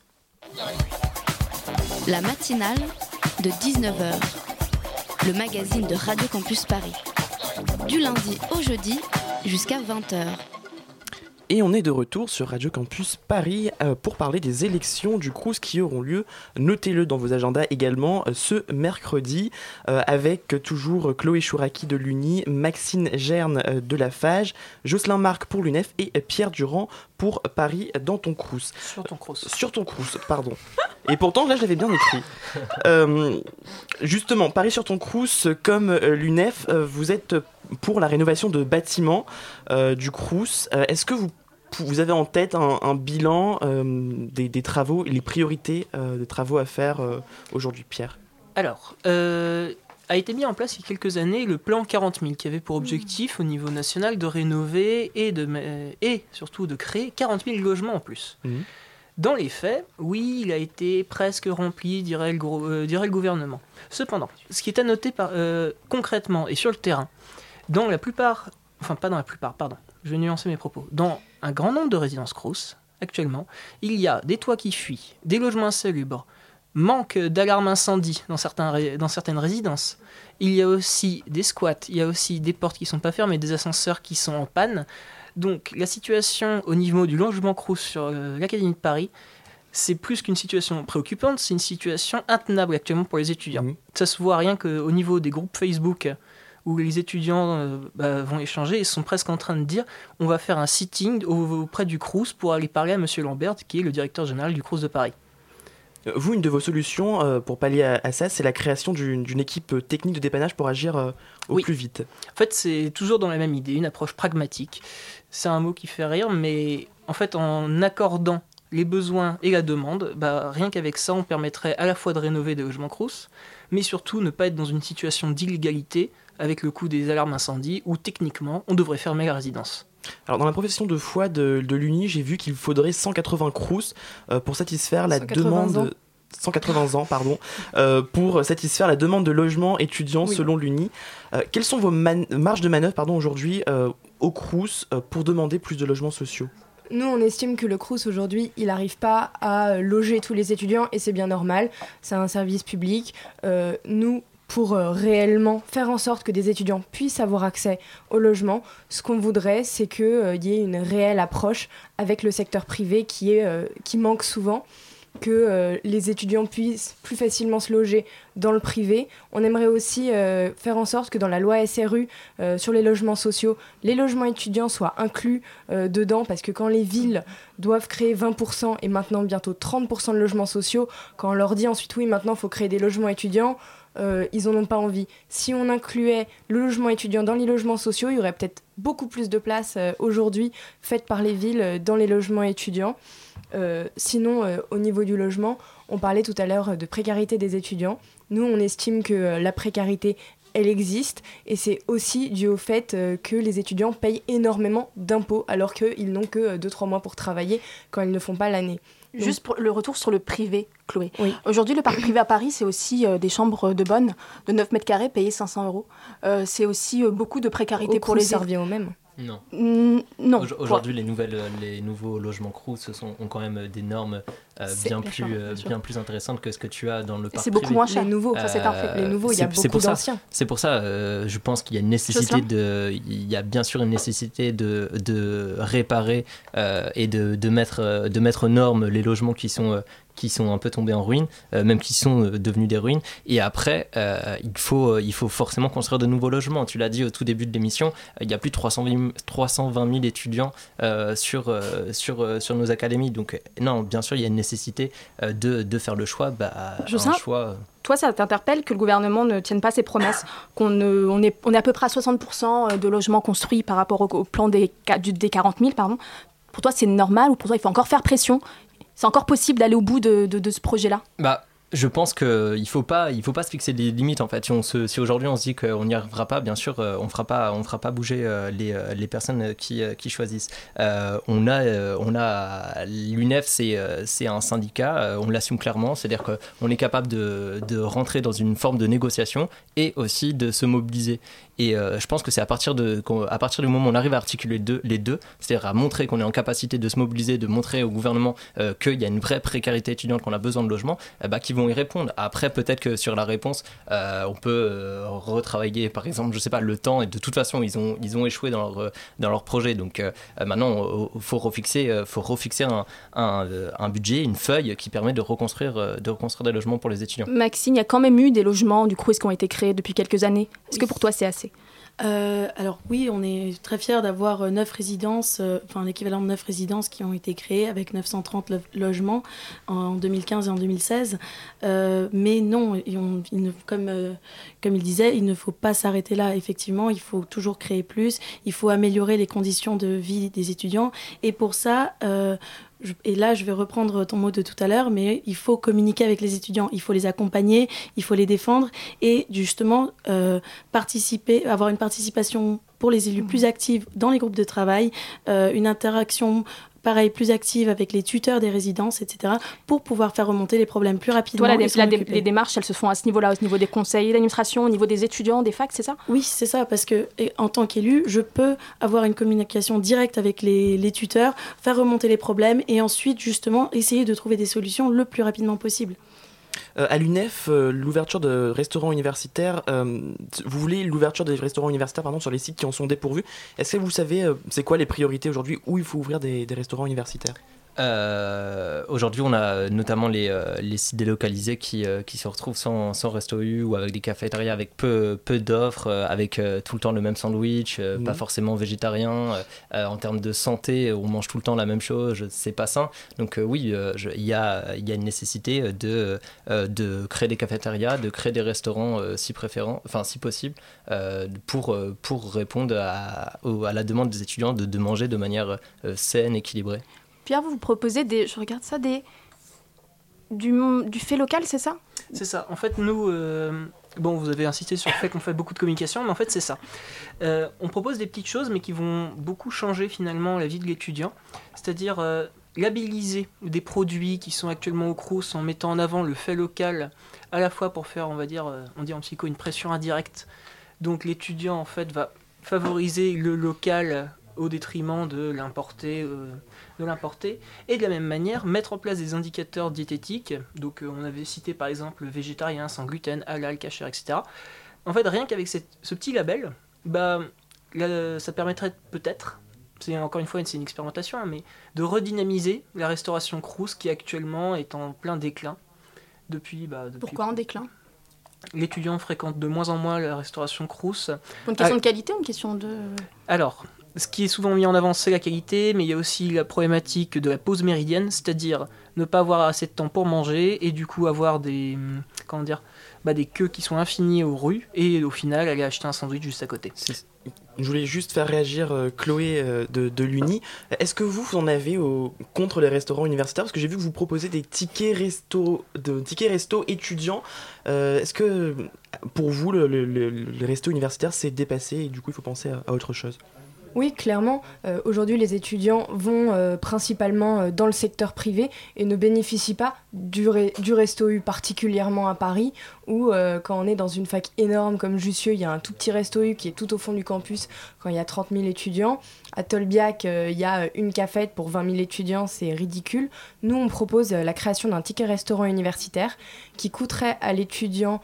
La matinale de 19h, le magazine de Radio Campus Paris. Du lundi au jeudi jusqu'à 20h. Et on est de retour sur Radio Campus Paris pour parler des élections du Crous qui auront lieu, notez-le dans vos agendas également, ce mercredi, avec toujours Chloé Chouraki de l'Uni, Maxine Gerne de la FAGE, Jocelyn Marc pour l'UNEF et Pierre Durand pour Paris dans ton Crous. Sur ton Crous, pardon. Et pourtant, là, je l'avais bien écrit. Justement, Paris sur ton Crous, comme l'UNEF, vous êtes pour la rénovation de bâtiments du Crous. Est-ce que vous avez en tête un bilan des travaux, les priorités des travaux à faire aujourd'hui, Pierre ? Alors, a été mis en place il y a quelques années le plan 40 000 qui avait pour objectif au niveau national de rénover et surtout de créer 40 000 logements en plus. Dans les faits, oui, il a été presque rempli, dirait le gouvernement. Cependant, ce qui est à noter concrètement et sur le terrain, dans la plupart, enfin pas dans la plupart, pardon, je vais nuancer mes propos, dans un grand nombre de résidences Crous, actuellement, il y a des toits qui fuient, des logements insalubres, manque d'alarme incendie dans certaines résidences, il y a aussi des squats, il y a aussi des portes qui ne sont pas fermées, des ascenseurs qui sont en panne. Donc la situation au niveau du logement Crous sur l'Académie de Paris, c'est plus qu'une situation préoccupante, c'est une situation intenable actuellement pour les étudiants. Ça se voit rien qu'au niveau des groupes Facebook où les étudiants vont échanger et sont presque en train de dire on va faire un sitting auprès du Crous pour aller parler à M. Lambert, qui est le directeur général du Crous de Paris. Vous, une de vos solutions pour pallier à ça, c'est la création d'une équipe technique de dépannage pour agir au plus vite. En fait, c'est toujours dans la même idée, une approche pragmatique. C'est un mot qui fait rire, mais en fait, en accordant les besoins et la demande, rien qu'avec ça, on permettrait à la fois de rénover des logements Crous, mais surtout ne pas être dans une situation d'illégalité avec le coût des alarmes incendie où techniquement, on devrait fermer la résidence. Alors dans la profession de foi de l'Uni, j'ai vu qu'il faudrait 180 Crous pour satisfaire la demande... 180 ans, pardon, pour satisfaire la demande de logement étudiants selon l'Uni. Quelles sont vos marges de manœuvre aujourd'hui au Crous pour demander plus de logements sociaux ? Nous, on estime que le Crous, aujourd'hui, il n'arrive pas à loger tous les étudiants, et c'est bien normal. C'est un service public. Nous, pour réellement faire en sorte que des étudiants puissent avoir accès au logement, ce qu'on voudrait, c'est qu'il y ait une réelle approche avec le secteur privé qui manque souvent, que les étudiants puissent plus facilement se loger dans le privé. On aimerait aussi faire en sorte que dans la loi SRU, sur les logements sociaux, les logements étudiants soient inclus dedans, parce que quand les villes doivent créer 20% et maintenant bientôt 30% de logements sociaux, quand on leur dit ensuite oui, maintenant il faut créer des logements étudiants, ils n'en ont pas envie. Si on incluait le logement étudiant dans les logements sociaux, il y aurait peut-être beaucoup plus de places aujourd'hui faites par les villes dans les logements étudiants. Sinon, au niveau du logement, on parlait tout à l'heure de précarité des étudiants. Nous, on estime que la précarité, elle existe, et c'est aussi dû au fait que les étudiants payent énormément d'impôts alors qu'ils n'ont que 2-3 mois pour travailler quand ils ne font pas l'année. Juste pour le retour sur le privé, Chloé. Oui. Aujourd'hui, le parc privé à Paris, c'est aussi des chambres de bonne de 9 mètres carrés payées 500 €. C'est aussi beaucoup de précarité pour les servir au même. Non. Non. Aujourd'hui, les nouveaux logements Crous ont quand même des normes bien plus intéressantes que ce que tu as dans le parc privé. C'est beaucoup moins cher. Les nouveaux, ça c'est parfait. Les nouveaux, il y a beaucoup d'anciens. C'est pour ça, je pense qu'il y a une nécessité il y a bien sûr une nécessité de réparer et de mettre aux normes les logements qui sont un peu tombés en ruine, même qui sont devenus des ruines. Et après, il faut forcément construire de nouveaux logements. Tu l'as dit au tout début de l'émission, il y a plus de 320 000 étudiants sur nos académies. Donc non, bien sûr, il y a une nécessité de faire le choix. Toi, ça t'interpelle que le gouvernement ne tienne pas ses promesses, on est à peu près à 60% de logements construits par rapport au plan des 40 000, pardon. Pour toi, c'est normal, ou pour toi, il faut encore faire pression ? C'est encore possible d'aller au bout de ce projet-là ? Je pense qu'il ne faut pas se fixer des limites en fait. Si aujourd'hui on se dit qu'on n'y arrivera pas, bien sûr, on fera pas bouger les personnes qui choisissent. On a l'UNEF, c'est un syndicat, on l'assume clairement, c'est-à-dire qu'on est capable de rentrer dans une forme de négociation et aussi de se mobiliser. Et je pense que c'est à partir du moment où on arrive à articuler les deux, c'est-à-dire à montrer qu'on est en capacité de se mobiliser, de montrer au gouvernement qu'il y a une vraie précarité étudiante, qu'on a besoin de logement, qu'ils vont y répondre. Après, peut-être que sur la réponse, on peut retravailler, par exemple, je sais pas, le temps, et de toute façon, ils ont échoué dans leur projet. Donc maintenant, il faut refixer un budget, une feuille qui permet de reconstruire des logements pour les étudiants. Maxime, il y a quand même eu des logements du Crous qui ont été créés depuis quelques années. Est-ce que pour toi, c'est assez ? Alors oui, on est très fiers d'avoir 9 résidences, l'équivalent de 9 résidences qui ont été créées avec 930 logements en 2015 et en 2016. Mais non, comme il disait, il ne faut pas s'arrêter là. Effectivement, il faut toujours créer plus, il faut améliorer les conditions de vie des étudiants. Et pour ça... et là, je vais reprendre ton mot de tout à l'heure, mais il faut communiquer avec les étudiants, il faut les accompagner, il faut les défendre et justement avoir une participation pour les élus plus active dans les groupes de travail, une interaction plus active avec les tuteurs des résidences, etc., pour pouvoir faire remonter les problèmes plus rapidement. Toi, les démarches, elles se font à ce niveau-là, au niveau des conseils d'administration, au niveau des étudiants, des facs, c'est ça ? Oui, c'est ça, parce que en tant qu'élu, je peux avoir une communication directe avec les tuteurs, faire remonter les problèmes et ensuite, justement, essayer de trouver des solutions le plus rapidement possible. À l'UNEF, l'ouverture de restaurants universitaires, vous voulez l'ouverture des restaurants universitaires sur les sites qui en sont dépourvus. Est-ce que vous savez, c'est quoi les priorités aujourd'hui, où il faut ouvrir des restaurants universitaires ? Aujourd'hui, on a notamment les sites délocalisés qui se retrouvent sans Resto U ou avec des cafétérias avec peu d'offres, avec tout le temps le même sandwich, pas forcément végétarien. En termes de santé, on mange tout le temps la même chose, c'est pas sain. Donc oui, il y a une nécessité de créer des cafétérias, de créer des restaurants si possible, pour répondre à la demande des étudiants de manger de manière saine, équilibrée. Pierre, vous proposez du fait local, c'est ça ? C'est ça. En fait, nous, vous avez insisté sur le fait qu'on fait beaucoup de communication, mais en fait, c'est ça. On propose des petites choses, mais qui vont beaucoup changer finalement la vie de l'étudiant. C'est-à-dire labelliser des produits qui sont actuellement au Crous en mettant en avant le fait local, à la fois pour faire, on va dire, on dit en psycho, une pression indirecte. Donc l'étudiant, en fait, va favoriser le local au détriment de l'importer, et de la même manière mettre en place des indicateurs diététiques. Donc on avait cité par exemple végétarien, sans gluten, halal, kasher, etc. En fait, rien qu'avec ce petit label, ça permettrait peut-être, c'est encore une fois c'est une expérimentation, mais de redynamiser la restauration Crous qui actuellement est en plein déclin depuis. Pourquoi en déclin ? L'étudiant fréquente de moins en moins la restauration Crous. Pour une question de qualité ou une question de... Alors, ce qui est souvent mis en avant, c'est la qualité, mais il y a aussi la problématique de la pause méridienne, c'est-à-dire ne pas avoir assez de temps pour manger et du coup avoir des queues qui sont infinies aux rues et au final aller acheter un sandwich juste à côté. Je voulais juste faire réagir Chloé de l'Uni. Est-ce que vous en avez contre les restaurants universitaires ? Parce que j'ai vu que vous proposez des tickets resto étudiants. Est-ce que pour vous, le resto universitaire c'est dépassé et du coup il faut penser à autre chose ? Oui, clairement. Aujourd'hui, les étudiants vont principalement dans le secteur privé et ne bénéficient pas du Resto U, particulièrement à Paris, où quand on est dans une fac énorme comme Jussieu, il y a un tout petit Resto U qui est tout au fond du campus quand il y a 30 000 étudiants. À Tolbiac, il y a une cafette pour 20 000 étudiants, c'est ridicule. Nous, on propose la création d'un ticket restaurant universitaire qui coûterait à l'étudiant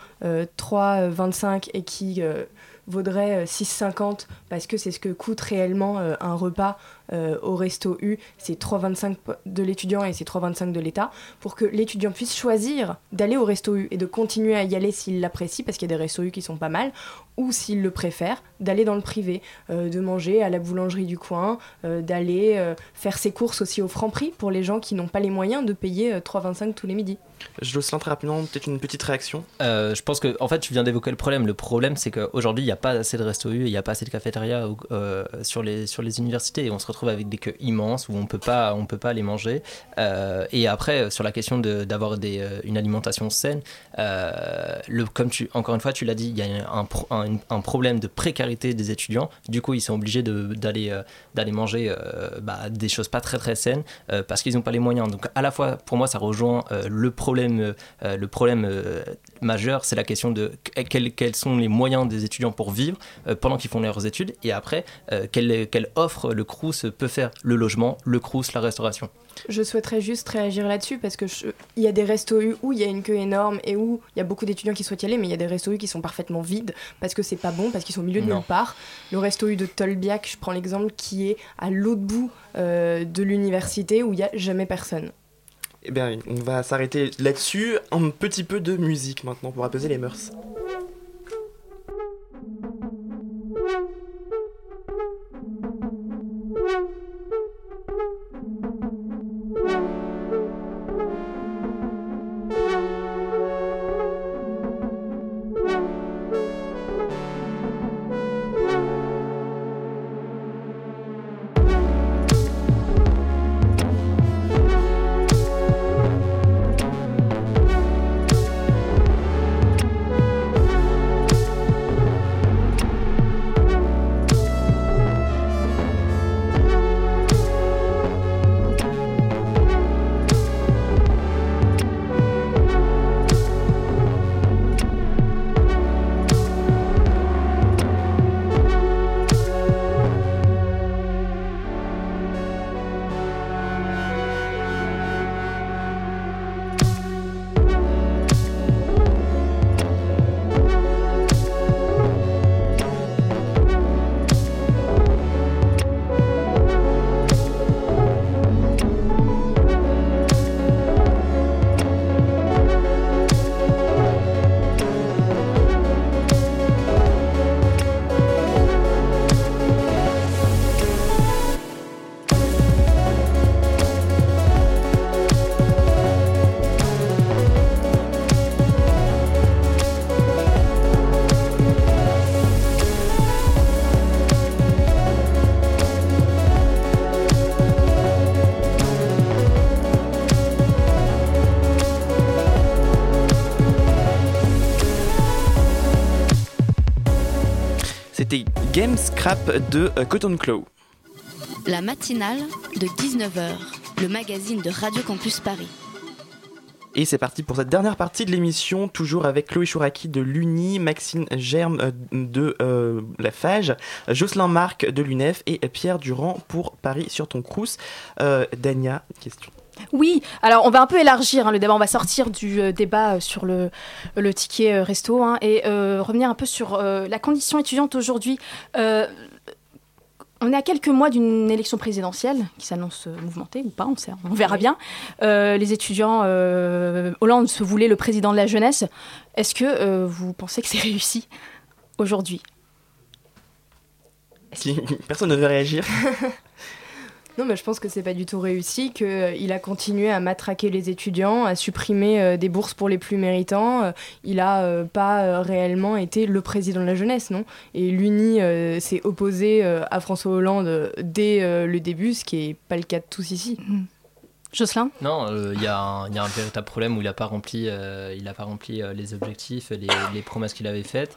3,25 et qui... vaudrait 6,50 parce que c'est ce que coûte réellement un repas au Resto U, c'est 3,25 de l'étudiant et c'est 3,25 de l'État, pour que l'étudiant puisse choisir d'aller au Resto U et de continuer à y aller s'il l'apprécie, parce qu'il y a des Restos U qui sont pas mal, ou s'il le préfère, d'aller dans le privé, de manger à la boulangerie du coin, d'aller faire ses courses aussi au Franprix pour les gens qui n'ont pas les moyens de payer 3,25 tous les midis. Jocelyn, très rapidement, peut-être une petite réaction. Je pense que, en fait, tu viens d'évoquer le problème. Le problème, c'est qu'aujourd'hui, il n'y a pas assez de Resto U, il n'y a pas assez de cafétéria sur les universités, et on se retrouve avec des queues immenses où on peut pas aller manger. Et après, sur la question d'avoir une alimentation saine, encore une fois, tu l'as dit, il y a un problème de précarité des étudiants. Du coup, ils sont obligés d'aller manger des choses pas très très saines parce qu'ils n'ont pas les moyens. Donc, à la fois, pour moi, ça rejoint le problème majeur, c'est la question de quels sont les moyens des étudiants pour vivre pendant qu'ils font leurs études, et après, quelle offre le Crous peut faire, le logement, le Crous, la restauration. Je souhaiterais juste réagir là-dessus parce que il y a des restos U où il y a une queue énorme et où il y a beaucoup d'étudiants qui souhaitent y aller, mais il y a des restos U qui sont parfaitement vides parce que c'est pas bon, parce qu'ils sont au milieu de nulle part. Le resto U de Tolbiac, je prends l'exemple, qui est à l'autre bout de l'université où il n'y a jamais personne. Eh bien, on va s'arrêter là-dessus. Un petit peu de musique maintenant pour apaiser les mœurs. C'était Game Scrap de Cotton Claw. La matinale de 19h, le magazine de Radio Campus Paris. Et c'est parti pour cette dernière partie de l'émission, toujours avec Chloé Chouraki de l'Uni, Maxine Germe de la FAGE, Jocelyn Marc de l'UNEF et Pierre Durand pour Paris sur ton Crous. Dania, question. Oui, alors on va un peu élargir le débat, on va sortir du débat sur le ticket resto et revenir un peu sur la condition étudiante aujourd'hui. On est à quelques mois d'une élection présidentielle qui s'annonce mouvementée ou pas, on verra bien. Les étudiants, Hollande se voulait le président de la jeunesse. Est-ce que vous pensez que c'est réussi aujourd'hui ? Personne ne veut réagir. Non, mais je pense que c'est pas du tout réussi, qu'il a continué à matraquer les étudiants, à supprimer des bourses pour les plus méritants. Il a pas réellement été le président de la jeunesse, non ? Et l'Uni s'est opposé à François Hollande dès le début, ce qui est pas le cas de tous ici. Jocelyn ? Non, il y a un véritable problème où il n'a pas rempli les objectifs, les promesses qu'il avait faites.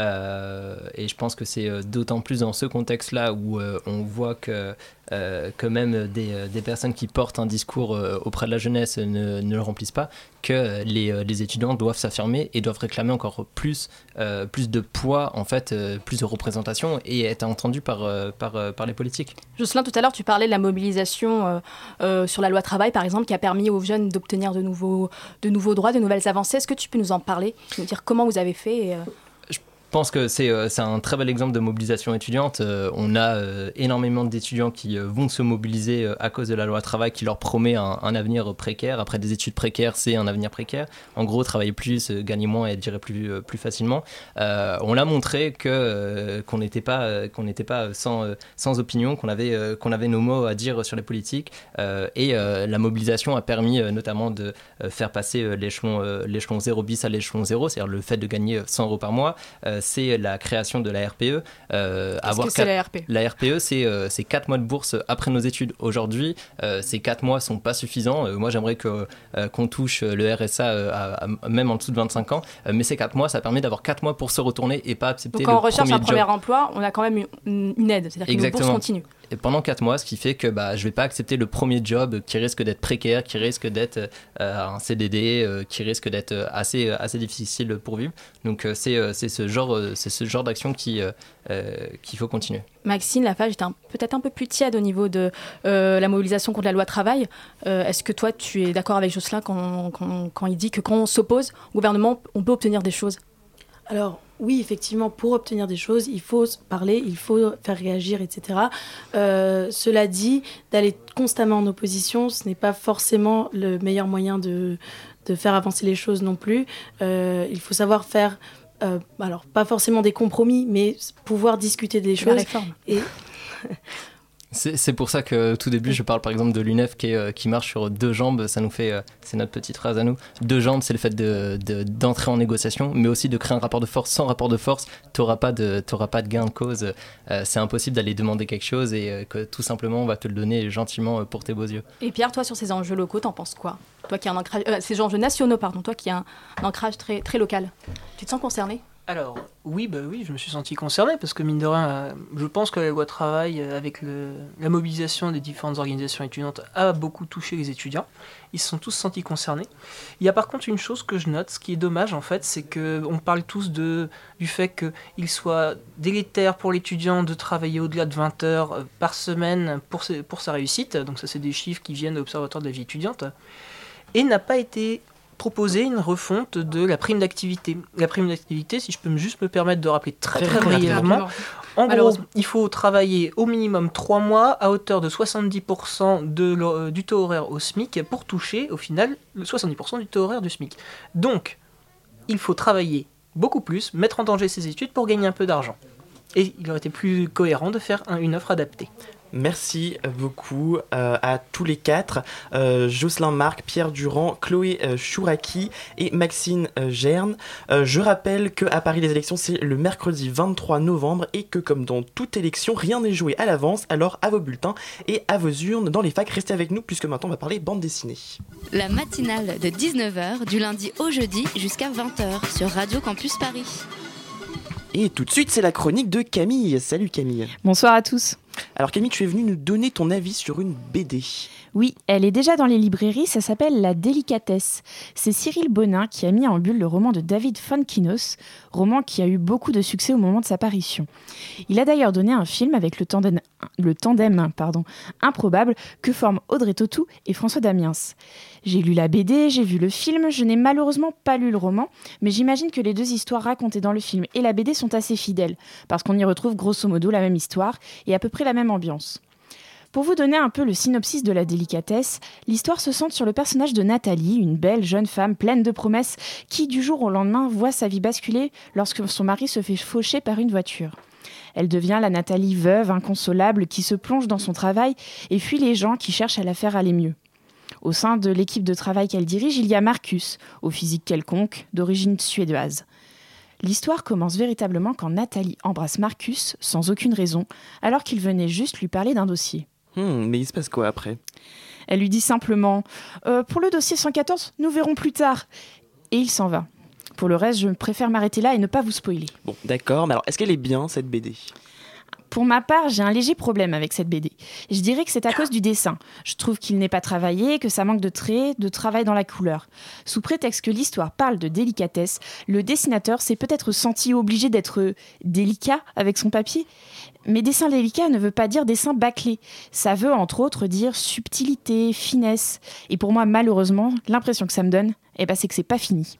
Et je pense que c'est d'autant plus dans ce contexte-là où on voit que même des personnes qui portent un discours auprès de la jeunesse ne le remplissent pas, que les étudiants doivent s'affirmer et doivent réclamer encore plus de poids, en fait, plus de représentation et être entendus par les politiques. Jocelyn, tout à l'heure, tu parlais de la mobilisation sur la loi travail, par exemple, qui a permis aux jeunes d'obtenir de nouveaux droits, de nouvelles avancées. Est-ce que tu peux nous en parler ? Nous dire comment vous avez fait Je pense que c'est un très bel exemple de mobilisation étudiante. On a énormément d'étudiants qui vont se mobiliser à cause de la loi travail qui leur promet un avenir précaire. Après des études précaires, c'est un avenir précaire. En gros, travailler plus, gagner moins et être géré plus facilement. On l'a montré qu'on n'était pas sans opinion, qu'on avait nos mots à dire sur les politiques. Et la mobilisation a permis notamment de faire passer l'échelon 0 bis à l'échelon 0, c'est-à-dire le fait de gagner 100 € par mois. C'est la création de la RPE. Qu'est-ce que c'est la RPE ? La RPE, c'est 4 mois de bourse après nos études. Aujourd'hui, ces 4 mois ne sont pas suffisants. Moi, j'aimerais qu'on touche le RSA même en dessous de 25 ans. Mais ces 4 mois, ça permet d'avoir 4 mois pour se retourner et pas accepter le premier job. Donc, quand on recherche un premier emploi, on a quand même une aide. C'est-à-dire que nos bourses continuent. Et pendant 4 mois, ce qui fait que je ne vais pas accepter le premier job qui risque d'être précaire, qui risque d'être un CDD, qui risque d'être assez difficile pour vivre. Donc c'est ce genre d'action qu'il faut continuer. Maxine, la FAGE est peut-être un peu plus tiède au niveau de la mobilisation contre la loi travail. Est-ce que toi, tu es d'accord avec Jocelyn quand il dit que quand on s'oppose au gouvernement, on peut obtenir des choses ? Alors, oui, effectivement, pour obtenir des choses, il faut parler, il faut faire réagir, etc. Cela dit, d'aller constamment en opposition, ce n'est pas forcément le meilleur moyen de faire avancer les choses non plus. Il faut savoir faire, alors pas forcément des compromis, mais pouvoir discuter des choses. La réforme. Et C'est pour ça que tout début, je parle par exemple de l'UNEF qui marche sur 2 jambes. Ça nous fait, c'est notre petite phrase à nous. 2 jambes, c'est le fait d'entrer en négociation, mais aussi de créer un rapport de force. Sans rapport de force, t'auras pas de gain de cause. C'est impossible d'aller demander quelque chose et que tout simplement on va te le donner gentiment pour tes beaux yeux. Et Pierre, toi sur ces enjeux locaux, t'en penses quoi ? Toi qui as un ancrage, ces enjeux nationaux, pardon. Toi qui as un ancrage très très local. Tu te sens concerné ? Alors, oui, je me suis senti concerné parce que, mine de rien, je pense que la loi travail, avec la mobilisation des différentes organisations étudiantes, a beaucoup touché les étudiants. Ils se sont tous sentis concernés. Il y a par contre une chose que je note, ce qui est dommage en fait, c'est qu'on parle tous du fait qu'il soit délétère pour l'étudiant de travailler au-delà de 20 heures par semaine pour sa réussite. Donc ça, c'est des chiffres qui viennent de l'Observatoire de la vie étudiante. Et n'a pas été proposer une refonte de la prime d'activité. La prime d'activité, si je peux juste me permettre de rappeler très brièvement, en gros, il faut travailler au minimum 3 mois à hauteur de 70% du taux horaire au SMIC pour toucher, au final, le 70% du taux horaire du SMIC. Donc, il faut travailler beaucoup plus, mettre en danger ses études pour gagner un peu d'argent. Et il aurait été plus cohérent de faire une offre adaptée. Merci beaucoup à tous les 4, Jocelyn Marc, Pierre Durand, Chloé Chouraki et Maxine Gerne. Je rappelle qu'à Paris, les élections, c'est le mercredi 23 novembre et que comme dans toute élection, rien n'est joué à l'avance. Alors à vos bulletins et à vos urnes dans les facs, restez avec nous puisque maintenant on va parler bande dessinée. La matinale de 19h du lundi au jeudi jusqu'à 20h sur Radio Campus Paris. Et tout de suite, c'est la chronique de Camille. Salut Camille. Bonsoir à tous. Alors Camille, tu es venue nous donner ton avis sur une BD. Oui, elle est déjà dans les librairies, ça s'appelle La Délicatesse. C'est Cyril Bonin qui a mis en bulle le roman de David Fontkinos, roman qui a eu beaucoup de succès au moment de sa parution. Il a d'ailleurs donné un film avec le tandem improbable que forment Audrey Tautou et François Damiens. J'ai lu la BD, j'ai vu le film, je n'ai malheureusement pas lu le roman, mais j'imagine que les deux histoires racontées dans le film et la BD sont assez fidèles, parce qu'on y retrouve grosso modo la même histoire et à peu près la même ambiance. Pour vous donner un peu le synopsis de La Délicatesse, l'histoire se centre sur le personnage de Nathalie, une belle jeune femme pleine de promesses qui, du jour au lendemain, voit sa vie basculer lorsque son mari se fait faucher par une voiture. Elle devient la Nathalie veuve, inconsolable, qui se plonge dans son travail et fuit les gens qui cherchent à la faire aller mieux. Au sein de l'équipe de travail qu'elle dirige, il y a Marcus, au physique quelconque, d'origine suédoise. L'histoire commence véritablement quand Nathalie embrasse Marcus sans aucune raison, alors qu'il venait juste lui parler d'un dossier. Mais il se passe quoi après ? Elle lui dit simplement « Pour le dossier 114, nous verrons plus tard ». Et il s'en va. Pour le reste, je préfère m'arrêter là et ne pas vous spoiler. Bon, d'accord, mais alors est-ce qu'elle est bien cette BD ? Pour ma part, j'ai un léger problème avec cette BD. Je dirais que c'est à cause du dessin. Je trouve qu'il n'est pas travaillé, que ça manque de traits, de travail dans la couleur. Sous prétexte que l'histoire parle de délicatesse, le dessinateur s'est peut-être senti obligé d'être délicat avec son papier. Mais dessin délicat ne veut pas dire dessin bâclé. Ça veut entre autres dire subtilité, finesse. Et pour moi, malheureusement, l'impression que ça me donne, c'est que c'est pas fini.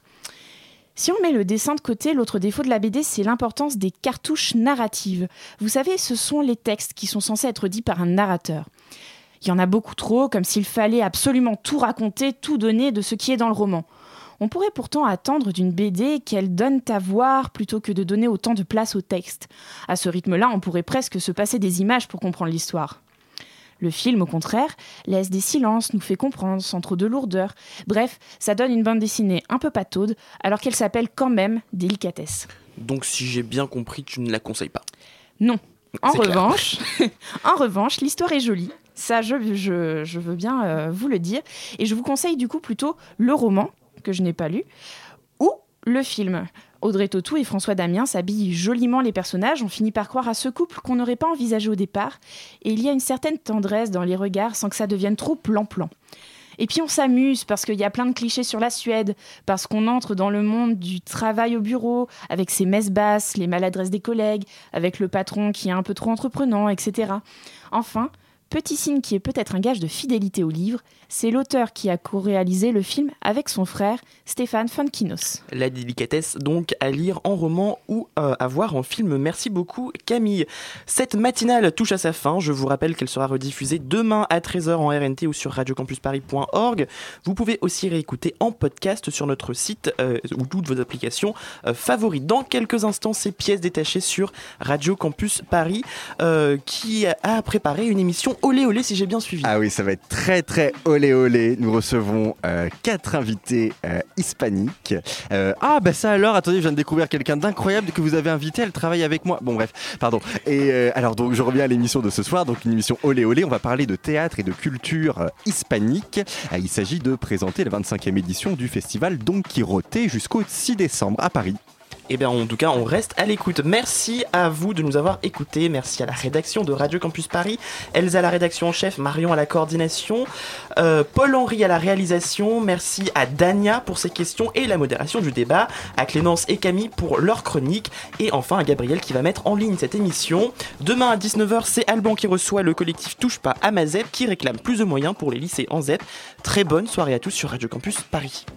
Si on met le dessin de côté, l'autre défaut de la BD, c'est l'importance des cartouches narratives. Vous savez, ce sont les textes qui sont censés être dits par un narrateur. Il y en a beaucoup trop, comme s'il fallait absolument tout raconter, tout donner de ce qui est dans le roman. On pourrait pourtant attendre d'une BD qu'elle donne à voir plutôt que de donner autant de place au texte. À ce rythme-là, on pourrait presque se passer des images pour comprendre l'histoire. Le film, au contraire, laisse des silences, nous fait comprendre sans trop de lourdeur. Bref, ça donne une bande dessinée un peu pataude, alors qu'elle s'appelle quand même Délicatesse. Donc si j'ai bien compris, tu ne la conseilles pas ? Non. En revanche, l'histoire est jolie. Ça, je veux bien vous le dire. Et je vous conseille du coup plutôt le roman, que je n'ai pas lu, ou le film. Audrey Tautou et François Damiens habillent joliment les personnages. On finit par croire à ce couple qu'on n'aurait pas envisagé au départ. Et il y a une certaine tendresse dans les regards sans que ça devienne trop plan-plan. Et puis on s'amuse parce qu'il y a plein de clichés sur la Suède, parce qu'on entre dans le monde du travail au bureau, avec ses messes basses, les maladresses des collègues, avec le patron qui est un peu trop entreprenant, etc. Enfin, petit signe qui est peut-être un gage de fidélité au livre, c'est l'auteur qui a co-réalisé le film avec son frère Stéphane Fontkinos. La Délicatesse, donc, à lire en roman ou à voir en film. Merci beaucoup Camille. Cette matinale touche à sa fin. Je vous rappelle qu'elle sera rediffusée demain à 13h en RNT ou sur radiocampusparis.org. Vous pouvez aussi réécouter en podcast sur notre site ou toutes vos applications favorites. Dans quelques instants, ces pièces détachées sur Radio Campus Paris qui a préparé une émission olé olé, si j'ai bien suivi. Ah oui, ça va être très très olé olé. Nous recevons 4 invités hispaniques. Ça alors, attendez, je viens de découvrir quelqu'un d'incroyable que vous avez invité, elle travaille avec moi. Bon bref, pardon. Et alors donc je reviens à l'émission de ce soir, donc une émission olé olé. On va parler de théâtre et de culture hispanique. Il s'agit de présenter la 25e édition du festival Don Quirote jusqu'au 6 décembre à Paris. Eh bien, en tout cas, on reste à l'écoute. Merci à vous de nous avoir écoutés. Merci à la rédaction de Radio Campus Paris, Elsa à la rédaction en chef, Marion à la coordination, Paul-Henri à la réalisation. Merci à Dania pour ses questions et la modération du débat, à Clémence et Camille pour leur chronique, et enfin à Gabriel qui va mettre en ligne cette émission. Demain à 19h, c'est Alban qui reçoit le collectif Touche pas à ma ZEP qui réclame plus de moyens pour les lycées en ZEP. Très bonne soirée à tous sur Radio Campus Paris.